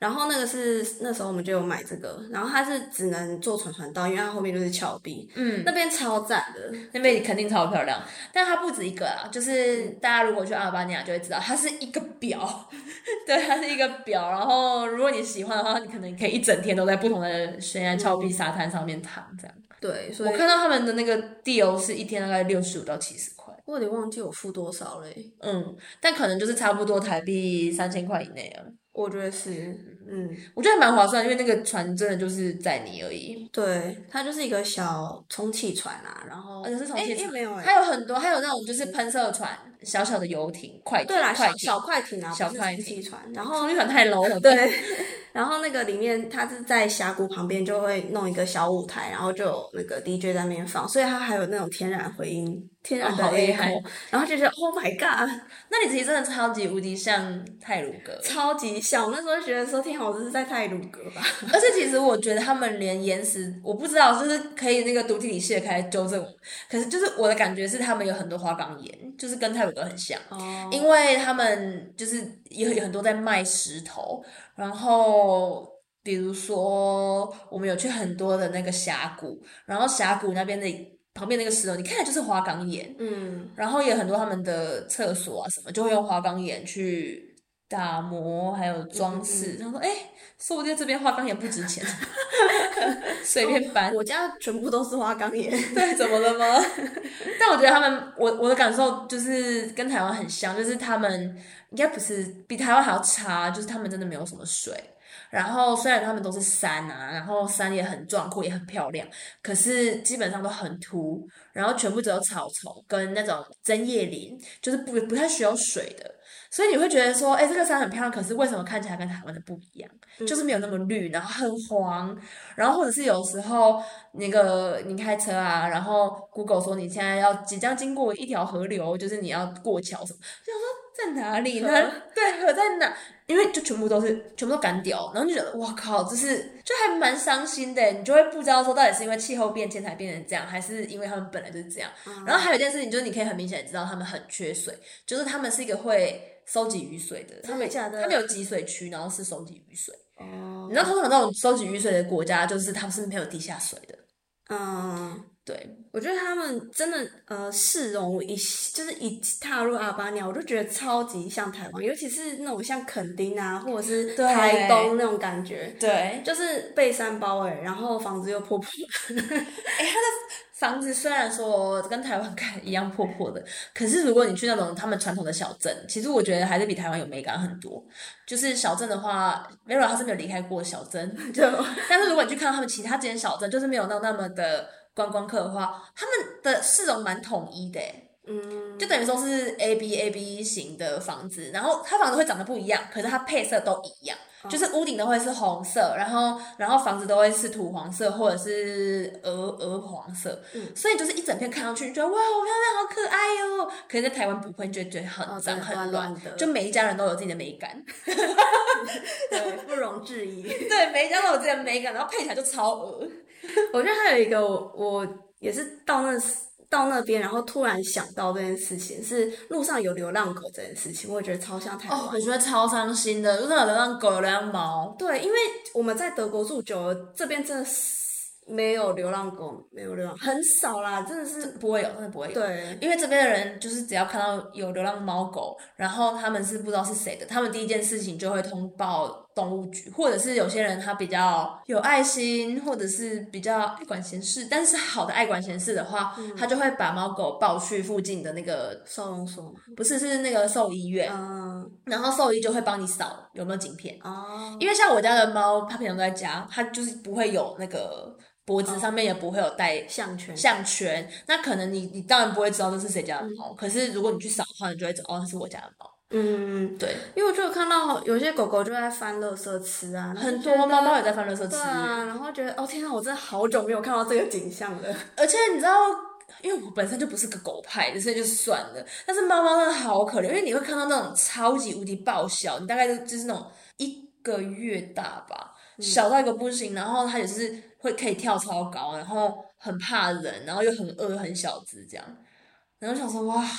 然后那个是那时候我们就有买这个，然后它是只能坐船船道，因为它后面就是峭壁， 嗯， 那边超赞的， 那边肯定超漂亮。但它不止一个啊，就是大家如果去阿尔巴尼亚就会知道，它是一个表，对，它是一个表。然后如果你喜欢的话，你可能可以一整天都在不同的悬崖峭壁沙滩上面躺这样。 对，所以我看到他们的那个地欧是一天大概六十五到七十块， 我有点忘记我付多少嘞。 嗯，但可能就是差不多台币三千块以内啊。 我觉得是，嗯， 我觉得蛮划算，因为那个船真的就是载你而已。 对，它就是一个小充气船啊，然后而且是充气船， 诶诶没有诶， 还有很多，还有那种就是喷射船、小小的游艇、快艇、 对啦， 快艇、 小小快艇啊，不是小快艇。 充气船，然后充气船太 low 了， 对，然后那个里面它是在峡谷旁边就会弄一个小舞台，然后就有那个 D J 在那边放，所以它还有那种天然回音、天然的哦好厉害 echo，然后就觉得 Oh my God， 那你其实真的超级无敌像泰鲁格， 超级像。我那时候觉得说，天啊，我这是在泰鲁阁吧？ 而且其实我觉得他们连岩石，我不知道，就是可以那个读地理系的开始纠正我。可是就是我的感觉是，他们有很多花岗岩，就是跟泰鲁格很像， 哦， 因为他们就是有有很多在卖石头，然后比如说我们有去很多的那个峡谷，然后峡谷那边的旁边那个石头，你看起来就是花岗岩， 嗯， 然后也很多他们的厕所啊什么，就会用花岗岩去打磨，还有装饰。然后说，哎、欸，说不定这边花岗岩不值钱，随便搬。 我家全部都是花岗岩。 对，怎么了吗？但我觉得他们，我我的感受就是跟台湾很像，就是他们应该不是比台湾还要差，就是他们真的没有什么水。然后虽然他们都是山啊，然后山也很壮阔，也很漂亮，可是基本上都很秃，然后全部只有草丛跟那种针叶林，就是不不太需要水的。所以你会觉得说，哎，这个山很漂亮，可是为什么看起来跟台湾的不一样？就是没有那么绿，然后很黄，然后或者是有时候那个你开车啊，然后 Google 说你现在要即将经过一条河流，就是你要过桥什么，就想说在哪里呢？对，河在哪？因为就全部都是全部都干掉，然后就觉得哇靠，就是就还蛮伤心的，你就会不知道说到底是因为气候变迁才变成这样，还是因为他们本来就是这样。嗯、然后还有一件事情就是你可以很明显的知道他们很缺水，就是他们是一个会收集雨水的，他们他们有集水区，然后是收集雨水。哦，你知道通常那种收集雨水的国家，就是他们是没有地下水的。嗯，对， 我觉得他们真的呃，市容一就是一踏入阿尔巴尼亚，我就觉得超级像台湾，尤其是那种像垦丁啊，或者是台东那种感觉。 对， 就是被山包围，然后房子又破破的。 哎、欸，他的房子虽然说跟台湾看一样破破的，可是如果你去那种他们传统的小镇，其实我觉得还是比台湾有美感很多。就是小镇的话 ，Vera 他是没有离开过小镇，就但是如果你去看到他们其他这些小镇，就是没有到那么的观光客的话，他们的市容蛮统一的，嗯，就等于说是 A B A B 型的房子，然后它房子会长得不一样，可是它配色都一样。就是屋顶都会是红色，然后然后房子都会是土黄色或者是鹅鹅黄色，嗯，所以就是一整片看上去你觉得哇好漂亮好可爱哦，可是在台湾不会，就觉得很脏、哦、很乱的， 就每一家人都有自己的美感， 对，不容置疑。 对，每一家都有自己的美感，然后配起来就超鹅。 我觉得还有一个我，我也是到那。到那边，然后突然想到这件事情，是路上有流浪狗这件事情，我也觉得超像台湾。 哦，我觉得超伤心的，路上有流浪狗、有流浪猫。 对，因为我们在德国住久了，这边真的是没有流浪狗，没有流浪，很少啦，真的是不会有，真的不会有。 对， 因为这边的人就是只要看到有流浪猫狗，然后他们是不知道是谁的，他们第一件事情就会通报动物局，或者是有些人他比较有爱心，或者是比较爱管闲事，但是好的爱管闲事的话，嗯、他就会把猫狗抱去附近的那个收容所， 不是是那个兽医院，嗯，然后兽医就会帮你扫有没有晶片哦，因为像我家的猫，它平常都在家，它就是不会有那个。脖子上面也不会有带项圈， 项圈，那可能你你当然不会知道这是谁家的猫，嗯、可是如果你去扫的话，你就会知道哦，那是我家的猫。嗯，对， 因为我就有看到有些狗狗就在翻垃圾吃啊， 很多猫猫也在翻垃圾吃啊，然后觉得哦天啊，我真的好久没有看到这个景象了。 而且你知道，因为我本身就不是个狗派的，所以就算了。但是猫猫真的好可怜，因为你会看到那种超级无敌爆小，你大概就是那种一个月大吧，嗯、小到一个不行，然后它也是会可以跳超高，然后很怕人，然后又很饿，很小只这样。然后想说哇。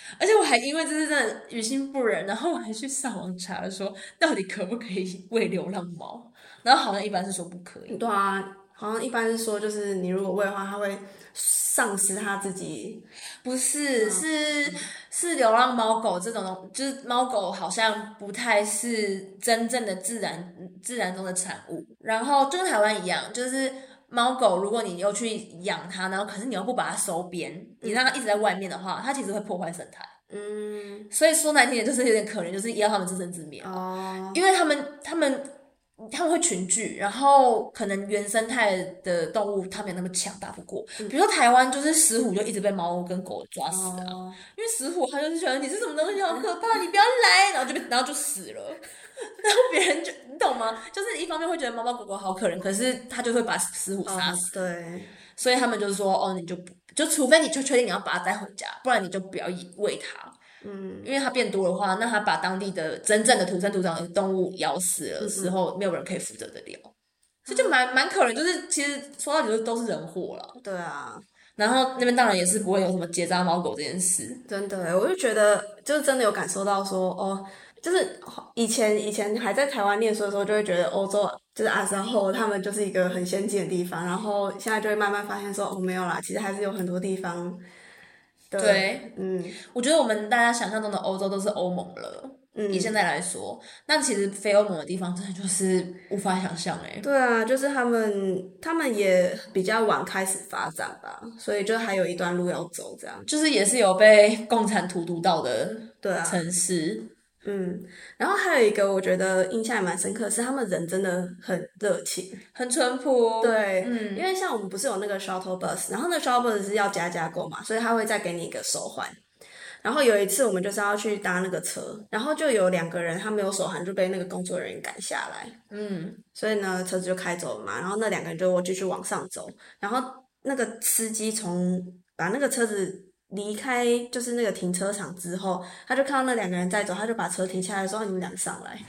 而且我还因为这是真的于心不忍，然后我还去上网查了说到底可不可以喂流浪猫，然后好像一般是说不可以。 对啊，好像一般是说，就是你如果喂的话，它会丧失它自己。 不是，是是流浪猫狗这种东，就是猫狗好像不太是真正的自然自然中的产物。然后就跟台湾一样，就是猫狗，如果你又去养它，然后可是你又不把它收编，你让它一直在外面的话，它其实会破坏生态。 嗯， 所以说难听点就是有点可怜，就是要他们自生自灭嘛， 哦， 因为他们他们他们会群聚，然后可能原生态的动物它没有那么强，打不过。比如说台湾就是石虎就一直被猫跟狗抓死啊， 哦， 因为石虎它就是觉得你是什么东西好可怕，你不要来，然后就被然后就死了。然后别人就你懂吗？就是一方面会觉得猫猫狗狗好可怜，可是他就会把石虎杀哦， 死， 对， 所以他们就说哦，你就不就除非你就确定你要把它带回家，不然你就不要喂它。 嗯， 因为它变多的话，那它把当地的真正的土生土长的动物咬死了之后，没有人可以负责得了，所以就蛮蛮可怜。就是其实说到底就是都是人祸了。 对啊， 然后那边当然也是不会有什么结扎猫狗这件事。 真的耶，我就觉得，就是真的有感受到说，哦，就是以前以前还在台湾念书的时候，就会觉得欧洲就是阿萨后他们就是一个很先进的地方，然后现在就会慢慢发现说，哦，没有啦，其实还是有很多地方的， 对， 嗯我觉得我们大家想象中的欧洲都是欧盟了。以现嗯， 在来说，那其实非欧盟的地方真的就是无法想象哎、 对啊，就是他们他们也比较晚开始发展吧，所以就还有一段路要走，这样， 就是也是有被共产荼毒到的对啊， 城市。 嗯，然后还有一个我觉得印象也蛮深刻的是，他们人真的很热情。 很淳朴。 对，因嗯， 为像我们不是有那个 shuttle bus，然后那 shuttle bus 是要加价购嘛，所以他会再给你一个手环。然后有一次我们就是要去搭那个车，然后就有两个人他没有手环就被那个工作人员赶下来， 嗯， 所以呢车子就开走了嘛，然后那两个人就继续往上走，然后那个司机从把那个车子离开就是那个停车场之后，他就看到那两个人在走，他就把车停下来说：“你们两个上来。”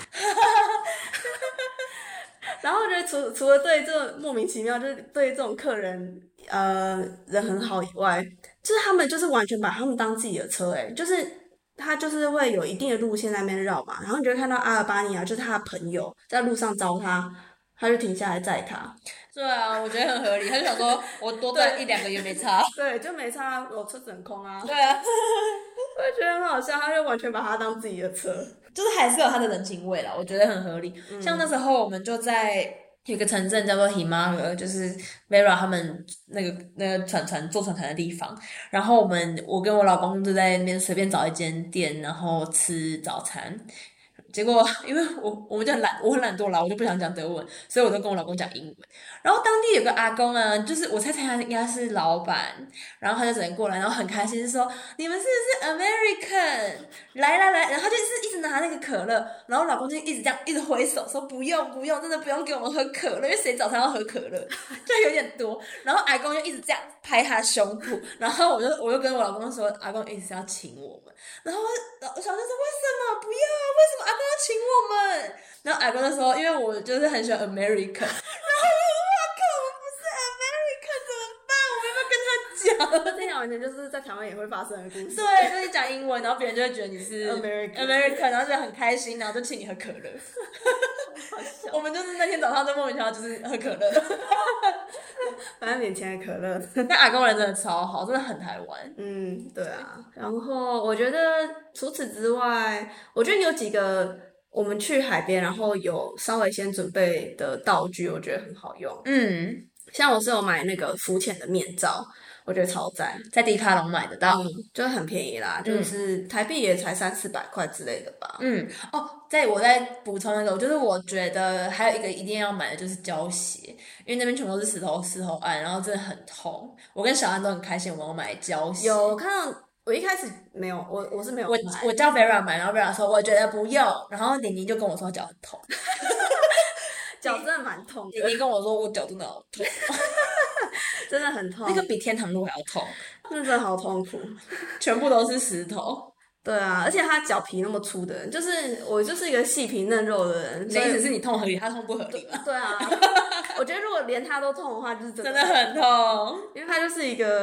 然后我觉得除除了对这种莫名其妙，就是对这种客人，呃，人很好以外，就是他们就是完全把他们当自己的车，诶，就是他就是会有一定的路线在那边绕嘛，然后你就会看到阿尔巴尼亚就是他的朋友在路上找他，他就停下来载他， 对啊，我觉得很合理。他就想说，我多赚一两个也没差。 对，就没差，我车子很空啊， 对啊， 我就觉得很好笑，他就完全把他当自己的车， 就是还是有他的人情味啦，我觉得很合理。像那时候我们就在有一个城镇叫做 Himalaya，就是 Vera 他们那个那个船船坐船船的地方。然后我们我跟我老公就在那边随便找一间店，然后吃早餐。结果因为我我们就很懒，我很懒惰啦，我就不想讲德文，所以我就跟我老公讲英文。然后当地有个阿公啊，就是我猜猜他应该是老板，然后他就整个过来，然后很开心说：“你们是不是 American？来来来！”然后他就是一直拿那个可乐，然后老公就一直这样一直挥手说：“不用不用，真的不用给我们喝可乐，因为谁早上要喝可乐，就有点多。”然后阿公就一直这样拍他胸脯，然后我就我就跟我老公说：“阿公一直是要请我们。”然后我小舅说：“为什么不要？为什么阿公要请我们？”然后阿公就说：“因为我就是很喜欢 American。”然后我就说：“哇靠，我们不是 American 怎么办？我们要不要跟他讲？” 这样完全就是在台湾也会发生的故事。 对，就是讲英文，然后别人就会觉得你是 American American，然后就很开心，然后就请你喝可乐。我们就是那天早上就莫名其妙就是喝可乐。 反正眼前的可乐。 那阿公人真的超好，真的很台湾。 嗯，对啊。然后我觉得除此之外，我觉得有几个我们去海边，然后有稍微先准备的道具，我觉得很好用。 嗯， 像我是有买那个浮潜的面罩，我觉得超赞， 在迪卡侬买得到。 嗯，就是很便宜啦，就是台币也才三四百块之类的吧。 嗯，哦，在我再补充一个，就是我觉得还有一个一定要买的就是胶鞋，因为那边全部都是石头石头岸，然后真的很痛。我跟小安都很开心，我们有买胶鞋。 有我看到，我一开始没有，我我是没有我买， 我叫 Vera 买，然后 Vera 说我觉得不用，然后玲玲就跟我说脚很痛， 脚真的蛮痛的， 玲玲跟我说我脚真的好痛， 真的很痛， 那个比天堂路还要痛， 那真的好痛苦。 全部都是石头。 对啊，而且他脚皮那么粗的人，就是我就是一个细皮嫩肉的人，所以你的意思是你痛合理，他痛不合理吗？ 对啊，我觉得如果连他都痛的话，就是真的真的很痛。 因为他就是一个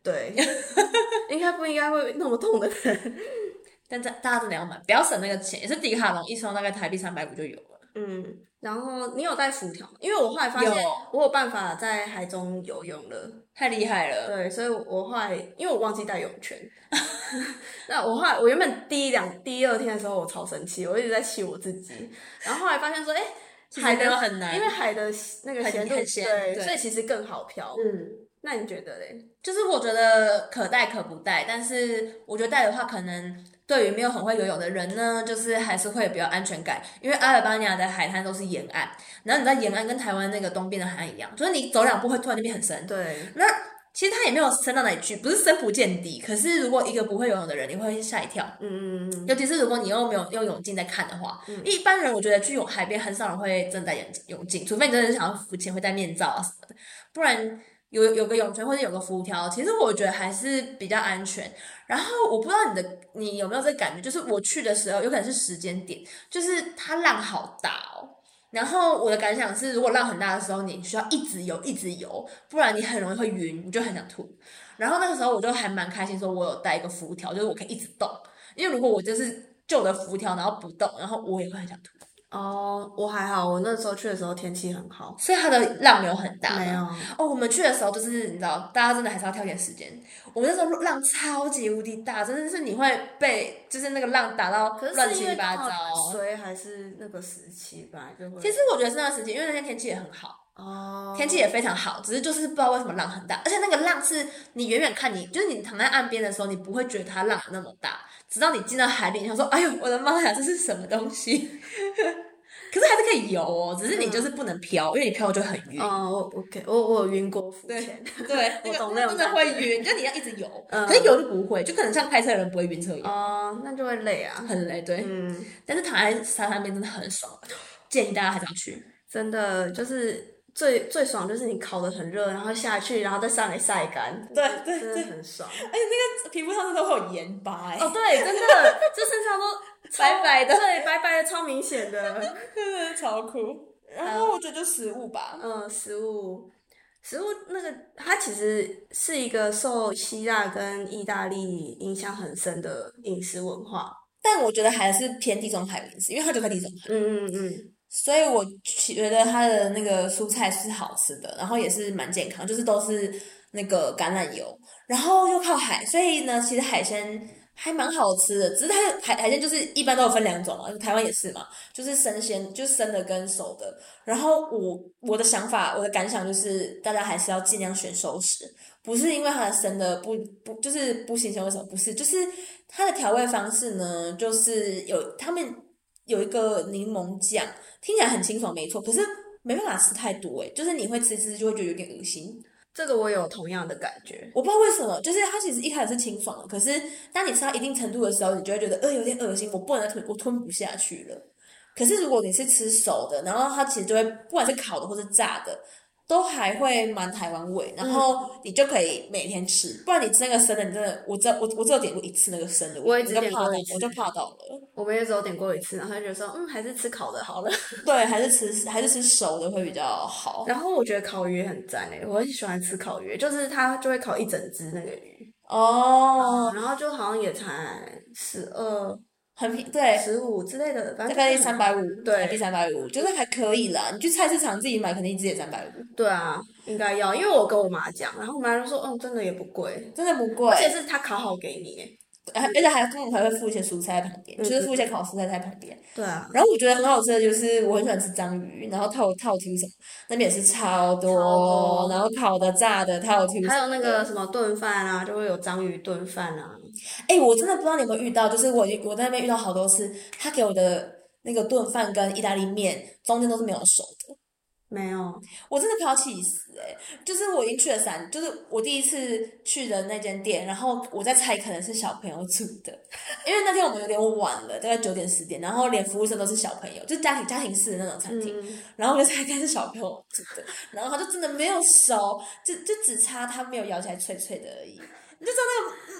对，应该不应该会那么痛的人。 但大大家真的要买，不要省那个钱，也是迪卡侬一双大概台币三百五就有了。 嗯，然后你有带浮条吗？因为我后来发现有我有办法在海中游泳了。 太厉害了。 对，所以我后来因为我忘记带泳圈，那我后来我原本第一两第一二天的时候我超生气，我一直在气我自己，然后后来发现说，哎，海的很难， 因为海的那个咸度很咸， 对， 对， 所以其实更好漂。 嗯， 那你觉得嘞？ 就是我觉得可带可不带，但是我觉得带的话，可能对于没有很会游泳的人呢，就是还是会比较安全感，因为阿尔巴尼亚的海滩都是沿岸，然后你在沿岸跟台湾那个东边的海岸一样，就是你走两步会突然就变很深。 对， 那其实它也没有深到哪里去，不是深不见底。可是如果一个不会游泳的人，你会吓一跳。 嗯嗯嗯。 尤其是如果你又没有用泳镜在看的话，嗯、一般人我觉得去泳海边很少人会真戴泳镜，除非你真的是想要浮潜会戴面罩啊什么的，不然有有个泳圈或者有个浮条，其实我觉得还是比较安全。然后我不知道你的你有没有这个感觉，就是我去的时候有可能是时间点，就是它浪好大哦。然后我的感想是，如果浪很大的时候，你需要一直游，一直游，不然你很容易会晕，你就很想吐。然后那个时候我就还蛮开心，说我有带一个浮条，就是我可以一直动。因为如果我就是旧的浮条，然后不动，然后我也会很想吐。 哦，我还好，我那时候去的时候天气很好， 所以它的浪流很大。 没有哦，我们去的时候就是你知道，大家真的还是要挑点时间。我们那时候浪超级无敌大，真的是你会被就是那个浪打到乱七八糟。 水还是那个时期吧，就会。 其实我觉得是那个时期，因为那天天气也很好。 哦， 天气也非常好，只是就是不知道为什么浪很大，而且那个浪是你远远看你，就是你躺在岸边的时候，你不会觉得它浪那么大，直到你进到海里，你想说，哎呦，我的妈呀，这是什么东西？可是还是可以游哦，只是你就是不能飘，嗯、因为你飘就很晕。 哦 ，OK， 我我有晕过浮潜， 对， 我懂那种真的会晕，就你要一直游，嗯、可是游就不会，就可能像开车的人不会晕车一样。 哦，那就会累啊， 很累，对。嗯，但是躺在沙滩边真的很爽，建议大家还是要去。 真的就是最最爽，就是你烤得很热，然后下去，然后再上来晒干， 对对真的很爽。 而且那个皮肤上面都会有盐巴哎。 哦，对，真的，这身上都白白的， 对，白白的超明显的， 超酷。然后我觉得就食物吧， 嗯，食物，食物那个它其实是一个受希腊跟意大利影响很深的饮食文化， 但我觉得还是偏地中海饮食，因为它就在地中海。 嗯嗯嗯。 所以我觉得它的那个蔬菜是好吃的，然后也是蛮健康，就是都是那个橄榄油，然后又靠海，所以呢，其实海鲜还蛮好吃的。只是它的海海鲜就是一般都有分两种嘛，台湾也是嘛，就是生鲜，就是生的跟熟的。然后我我的想法，我的感想就是，大家还是要尽量选熟食，不是因为它的生的不不就是不新鲜，为什么不是？就是它的调味方式呢，就是有他们有一个柠檬酱。听起来很清爽，没错，可是没办法吃太多诶，就是你会吃吃就会觉得有点恶心。 这个我有同样的感觉， 我不知道为什么，就是它其实一开始是清爽的，可是当你吃到一定程度的时候，你就会觉得呃有点恶心，我不能吞，我吞不下去了。可是如果你是吃熟的，然后它其实就会不管是烤的或是炸的，都还会蛮台湾味，然后你就可以每天吃。不然你吃那个生的，你真的我只我我只有点过一次那个生的， 我也只点过一次， 我就怕到了。 我们也只有点过一次，然后就觉得说，嗯，还是吃烤的好了。 对，还是吃还是吃熟的会比较好。 然后我觉得烤鱼也很赞诶，我很喜欢吃烤鱼，就是它就会烤一整只那个鱼哦、 嗯，然后就好像也才十二。 很便对， 十五之类的， 大概三百五， 对， 第三百五，就是还可以啦。你去菜市场自己买，肯定一只也三百五。 对啊，应该要，因为我跟我妈讲，然后我妈就说，嗯，真的也不贵， 真的不贵， 而且是她烤好给你， 而且还通常还会附一些蔬菜在旁边，嗯、就是附一些烤蔬菜在旁边。 对啊。 然后我觉得很好吃的就是我很喜欢吃章鱼，然后套套 Q 什么，那边也是超多， 超多然后烤的、炸的、套 Q， 还有那个什么炖饭啊，就会有章鱼炖饭啊。 哎，我真的不知道你有没有遇到，就是我我在那边遇到好多次，他给我的那个炖饭跟意大利面中间都是没有熟的。 没有， 我真的快要气死哎、欸！就是我已经去了三，就是我第一次去的那间店，然后我在猜可能是小朋友煮的，因为那天我们有点晚了，大概九点十点，然后连服务生都是小朋友，就家庭家庭式的那种餐厅，嗯、然后我就猜应该是小朋友煮的，然后他就真的没有熟，就就只差他没有咬起来脆脆的而已。你就知道那个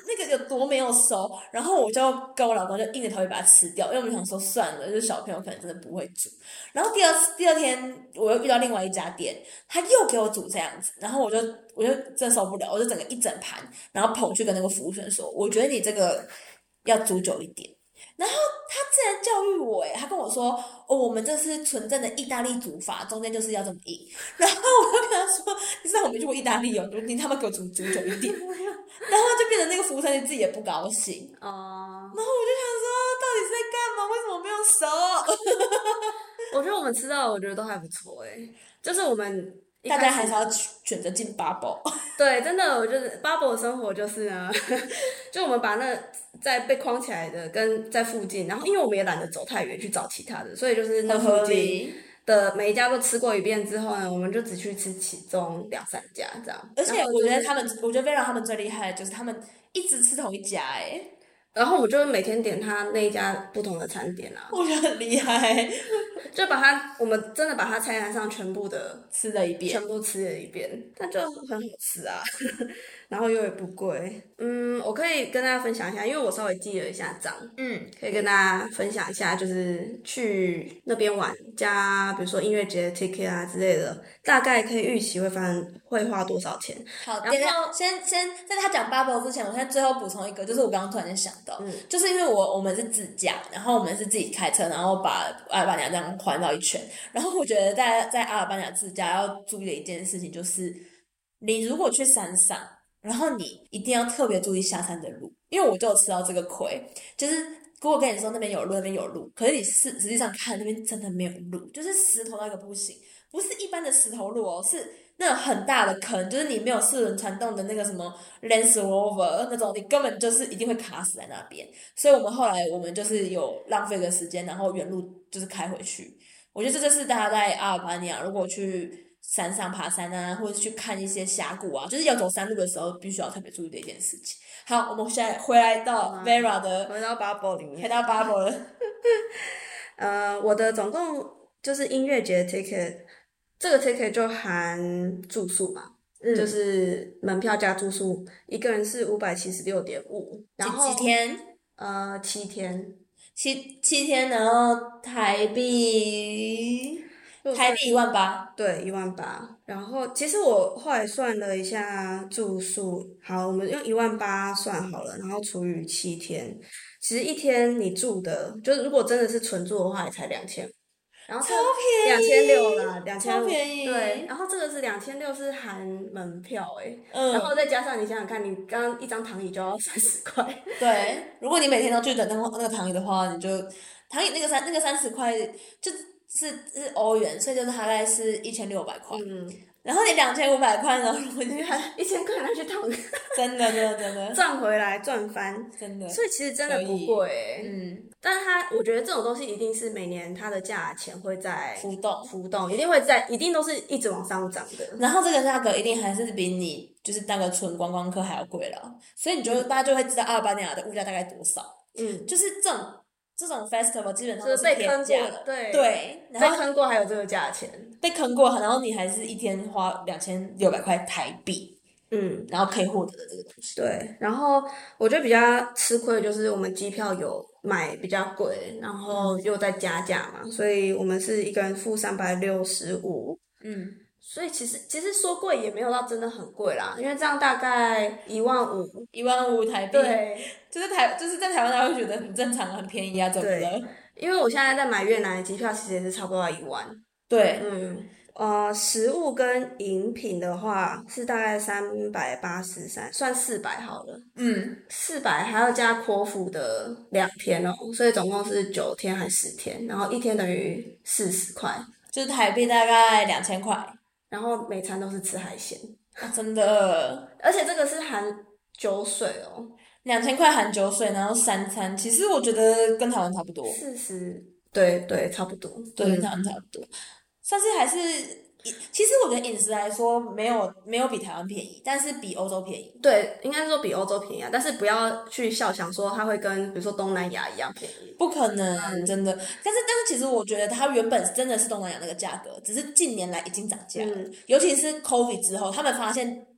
那个有多没有熟，然后我就跟我老公就硬着头皮把它吃掉，因为我们想说算了，就是小朋友可能真的不会煮。然后第二次第二天我又遇到另外一家店，他又给我煮这样子，然后我就我就真的受不了，我就整个一整盘，然后跑去跟那个服务生说，我觉得你这个要煮久一点。然后他竟然教育我，诶，他跟我说，哦，我们这是纯正的意大利煮法，中间就是要这么硬。然后我就跟他说，你知道我没去过意大利哦，你他妈给我煮煮久一点。然后就变成那个服务生自己也不高兴。 哦、 然后我就想说，到底是在干嘛？为什么没有熟？ 我觉得我们吃到的，我觉得都还不错诶，就是我们一大开始家还是要选择进 bubble。 对，真的，我就是 bubble 的生活就是呢，就我们把那在被框起来的跟在附近，然后因为我们也懒得走太远去找其他的，所以就是那很合附近理。 的每一家都吃过一遍之后呢，我们就只去吃其中两三家这样。 而且然后就是我觉得他们，我觉得 Vera 他们最厉害的就是他们一直吃同一家，哎， 然后我就每天点他那一家不同的餐点啊， 我觉得很厉害， 就把它我们真的把它菜单上全部的吃了一遍。 全部吃了一遍，那就很好吃啊，然后又也不贵。嗯，我可以跟大家分享一下，因为我稍微记了一下账， 嗯， 可以跟大家分享一下，就是去那边玩加比如说音乐节 ticket 啊之类的，大概可以预期会发会花多少钱。 好， 然后等一下先先在他讲 bubble 之前，我现在最后补充一个，就是我刚刚突然间想到， 嗯就是因为我我们是自驾，然后我们是自己开车，然后把阿尔巴尼亚这样环绕一圈，然后我觉得在在阿尔巴尼亚自驾要注意的一件事情就是，你如果去山上，然后你一定要特别注意下山的路，因为我就有吃到这个亏，就是如果跟你说那边有路，那边有路，可是你实实际上看那边真的没有路，就是石头那个不行，不是一般的石头路哦，是那种很大的坑，就是你没有四轮传动的那个什么 Range Rover 那种，你根本就是一定会卡死在那边。所以我们后来我们就是有浪费个时间，然后原路就是开回去。我觉得这就是大家在阿尔巴尼亚如果去山上爬山啊，或者去看一些峡谷啊，就是要走山路的时候，必须要特别注意的一件事情。好，我们现在回来到 Vera 的， 回到 bubble 里面， 回到 Bubble 了。 呃，我的总共就是音乐节 ticket，这个 ticket 就含住宿嘛， 嗯， 就是门票加住宿，一个人是五百七十六点五，然后几几天？ 呃七天， 七七天，然后台币台币一万八。 对，一万八。然后其实我后来算了一下住宿，好，我们用一万八算好了，然后除以七天，其实一天你住的，就是如果真的是纯住的话，也才两千。然后超便宜， 两千六啦，两千超便宜。 对，然后这个是两千六是含门票诶、 嗯， 然后再加上你想想看，你刚刚一张躺椅就要三十块， 对，如果你每天都去等那个那个躺椅的话，你就躺椅那个三那个三十块就是是欧元，所以就是大概是一千六百块。 嗯， 然后你两千五百块，然后如果你你还一千块拿去躺， 真的真的真的赚回来赚翻， 真的， 所以其实真的不贵诶、 嗯， 但是它，我觉得这种东西一定是每年它的价钱会在浮动。 浮动，一定会在，一定都是一直往上涨的。 然后这个价格一定还是比你就是那个纯观光客还要贵了，所以你就大家就会知道阿尔巴尼亚的物价大概多少。 嗯， 就是这种这种 festival 基本上就都是被坑过天价的，， 对对， 被然后坑过还有这个价钱。 被坑过，然后你还是一天花两千六百块台币， 嗯， 然后可以获得的这个东西。 对。然后我觉得比较吃亏的就是我们机票有买比较贵，然后又再加价嘛，所以我们是一个人付三百六十五。 嗯， 所以其实其实说贵也没有到真的很贵啦，因为这样大概一万五。 一万五台币， 对就是台就是在台湾大家会觉得很正常很便宜啊，怎么对， 了？ 因为我现在在买越南的机票，其实也是差不多要一万。 对， 嗯，呃，食物跟饮品的话是大概三百八十三，算四百好了。 嗯， 四百还要加国服的两天哦，所以总共是九天还十天，然后一天等于四十块， 就是台币大概两千块， 然后每餐都是吃海鲜， 啊，真的， 而且这个是含酒水哦， 两千块含酒水，然后三餐，其实我觉得跟台湾差不多， 四十，对对，差不多， 对，跟嗯台湾差不多，算是还是。其实我觉得饮食来说没有没有比台湾便宜，但是比欧洲便宜。 对，应该说比欧洲便宜啊，但是不要去笑想说它会跟比如说东南亚一样便宜， 不可能，真的。但是，但是，其实我觉得它原本真的是东南亚那个价格，只是近年来已经涨价了。 嗯尤其是 COVID 之后，他们发现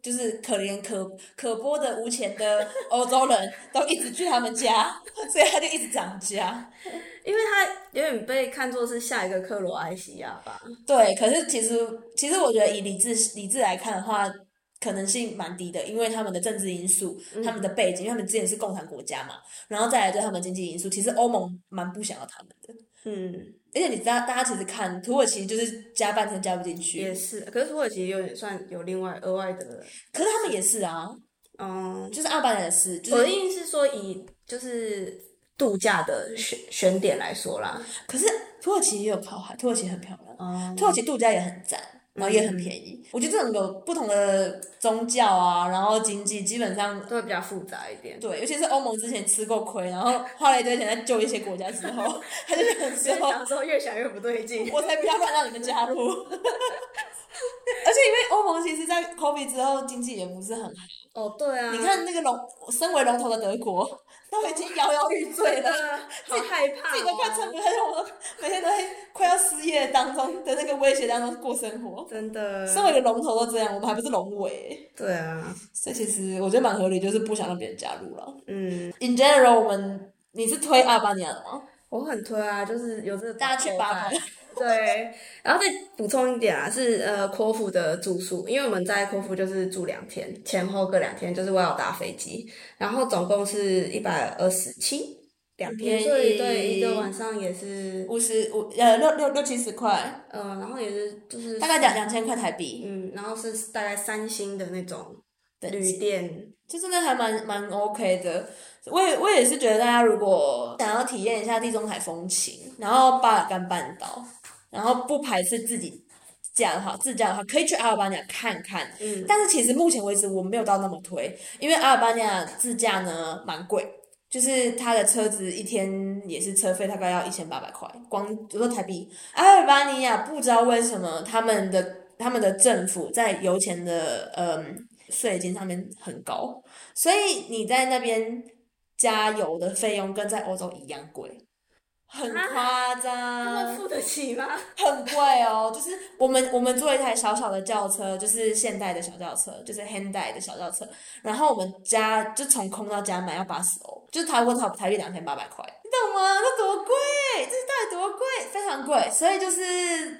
就是可怜可可播的无钱的欧洲人都一直去他们家，所以他就一直涨价。 因为它有点被看作是下一个克罗埃西亚吧。 对，可是其实其实我觉得以理智理智来看的话，可能性蛮低的，因为他们的政治因素、他们的背景，因为他们之前是共产国家嘛，然后再来对他们经济因素，其实欧盟蛮不想要他们的。 嗯， 而且你知道，大家其实看土耳其就是加半天加不进去， 也是，可是土耳其有点算有另外额外的， 可是他们也是啊， 嗯， 就是阿尔巴尼亚也是，就是我的意思是说以就是度假的选选点来说啦， 可是土耳其也有靠海，土耳其很漂亮， 嗯， 土耳其度假也很赞，然后也很便宜。我觉得这种有不同的宗教啊，然后经济基本上都会比较复杂一点。 对，尤其是欧盟之前吃过亏，然后花了一堆钱在救一些国家之后，他就想所以说， 想说越想越不对劲。 我才不要乱让你们加入。而且因为欧盟其实，在 COVID 之后经济也不是很好。 哦，对啊， 你看那个龙，身为龙头的德国，都已经摇摇欲坠了， 好害怕、哦， 自己都快撑不下去，我们每天都在快要失业当中的那个威胁当中过生活。 真的， 身为一个龙头都这样，我们还不是龙尾？ 对啊， 所以其实我觉得蛮合理，就是不想让别人加入了。 嗯 In general， 我们你是推阿尔巴尼亚的吗？ 我很推啊，就是有这个大家去八卦。 对，然后再补充一点啊，是呃科夫的住宿，因为我们在科夫就是住两天，前后各两天，就是我要搭飞机，然后总共是一百二十七两天，所以对一个晚上也是五十五呃六六六七十块， 呃，然后也是就是大概两两千块台币， 嗯，然后是大概三星的那种旅店， 就真的还蛮蛮 OK 的。我也我也是觉得大家如果想要体验一下地中海风情，然后巴尔干半岛，然后不排斥自己驾的话，自驾的话可以去阿尔巴尼亚看看。 嗯， 但是其实目前为止我没有到那么推，因为阿尔巴尼亚自驾呢蛮贵，就是他的车子一天也是车费大概要一千八百块，光我说台币。阿尔巴尼亚不知道为什么他们的他们的政府在油钱的嗯税金上面很高，所以你在那边加油的费用跟在欧洲一样贵。很夸张， 他们付得起吗？ 很贵哦。就是我们我们坐一台小小的轿车，就是现代的小轿车，就是 Hyundai 的小轿车，然后我们加就从空到加买要八十欧，就是台湾台台币两千八百块，你懂吗？那多贵？这是到底多贵？非常贵。所以就是，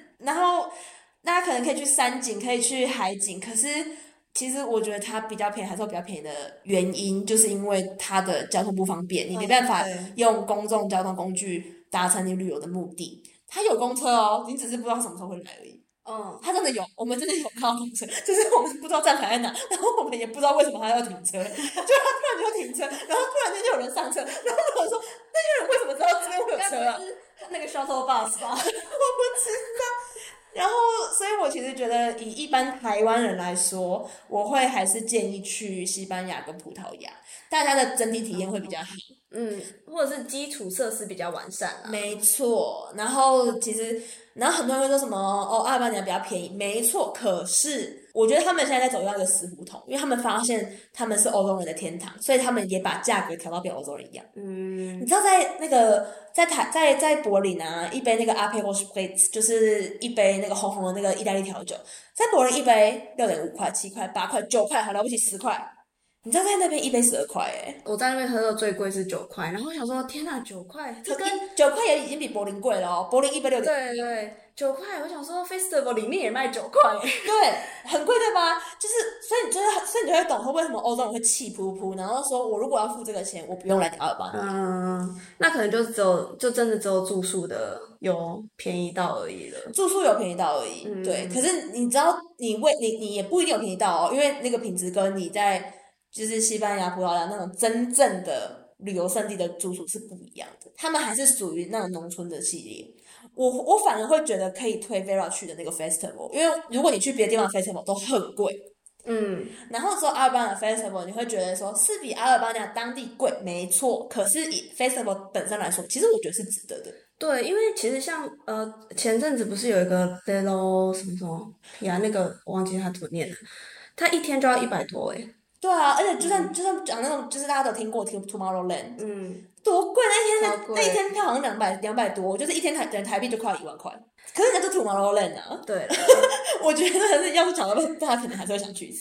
然后大家可能可以去山景，可以去海景，可是。其实我觉得它比较便宜，还是比较便宜的原因，就是因为它的交通不方便，你没办法用公众交通工具达成你旅游的目的。它有公车哦，你只是不知道什么时候会来而已。 嗯， 它真的有，我们真的有看到公车，就是我们不知道站牌在哪，然后我们也不知道为什么它要停车，就它突然就停车，然后突然间就有人上车，然后我想说那些人为什么知道这边会有车啊？ 那个 shuttle bus 吧， 我不知道。然后，所以我其实觉得，以一般台湾人来说，我会还是建议去西班牙跟葡萄牙，大家的整体体验会比较好。 嗯，或者是基础设施比较完善啦。 没错，然后其实，然后很多人会说什么哦，阿尔巴尼亚比较便宜，没错。可是我觉得他们现在在走到一个死胡同，因为他们发现他们是欧洲人的天堂，所以他们也把价格调到比欧洲人一样。 嗯， 你知道在那个在台在在柏林啊，一杯那个 Aperol Spritz 就是一杯那个红红的那个意大利调酒，在柏林一杯六点五块、七块、八块、九块，好了不起十块。你知道在那边一杯十二块哎， 我在那边喝的最贵是九块，然后我想说天哪，九块， 这跟九块也已经比柏林贵了哦，柏林一杯六点。 对对，九块，我想说 Festival 里面也卖九块， 对，很贵对吧？就是所以你就是所以你就会懂说为什么欧洲人会气噗噗，然后说我如果要付这个钱，我不用来阿尔巴尼亚。 嗯，那可能就只有就真的只有住宿的有便宜到而已了， 住宿有便宜到而已， 嗯、 对。可是你知道你为你你也不一定有便宜到哦，因为那个品质跟你在就是西班牙、葡萄牙那种真正的旅游胜地的住宿是不一样的，他们还是属于那种农村的系列。我我反而会觉得可以推 Vera 去的那个 festival， 因为如果你去别的地方的 festival 都很贵， 嗯， 然后说阿尔巴尼亚 festival 你会觉得说是比阿尔巴尼亚当地贵，没错，可是以 festival 本身来说，其实我觉得是值得的。 对，因为其实像呃前阵子不是有一个 Lelo 什么什么呀，那个我忘记他怎么念了，他一天就要一百多哎。 对啊，而且就算、嗯、就算讲那种，就是大家都听过听 Tomorrowland， 嗯， 多贵那一天那一天票好像两百两百多，就是一天台台币就快一万块。可是人家都 Tomorrowland 啊， 对， 我觉得是要是抢到大家可能还是会想去一次。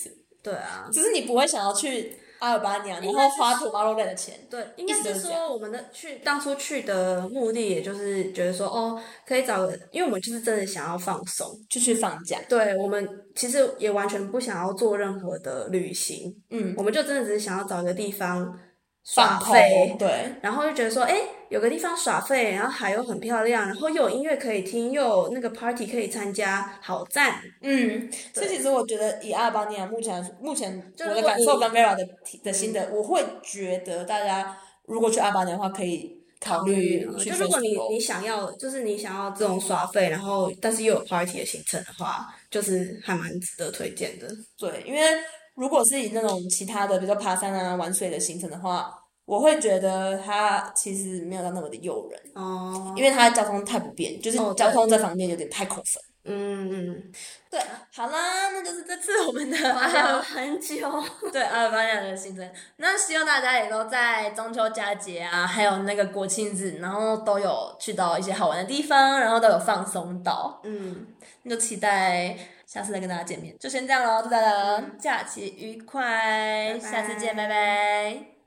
对啊， 只是你不会想要去阿尔巴尼亚，然后花 Tomorrowland 的钱。 对，应该是意思就是这样说我们的去当初去的目的，也就是觉得说，哦，可以找个，因为我们就是真的想要放松， 就去放假。 对，我们其实也完全不想要做任何的旅行， 嗯， 我们就真的只是想要找一个地方耍放空废， 对， 然后就觉得说，哎，有个地方耍废，然后海又很漂亮，然后又有音乐可以听，又有那个 party 可以参加，好赞。 嗯，所以其实我觉得以阿尔巴尼亚目前目前我的就如果你感受跟 Vera 的的心得，我会觉得大家如果去阿尔巴尼亚的话，可以考虑去就如果你你 festival。 想要，就是你想要这种耍废，然后但是又有 party 的行程的话，就是还蛮值得推荐的。 对，因为如果是以那种其他的，比如说爬山啊、玩水的行程的话，我会觉得它其实没有到那么的诱人， 哦， 因为它交通太不便，就是哦交通这方面有点太扣分。 嗯嗯， 对，好啦，那就是这次我们的玩了阿尔很久。 对阿尔巴尼亚的行程。那希望大家也都在中秋佳节啊，还有那个国庆日，然后都有去到一些好玩的地方，然后都有放松到。 嗯， 那就期待下次再跟大家见面。就先这样喽，祝大家假期愉快， 拜拜下次见，拜拜。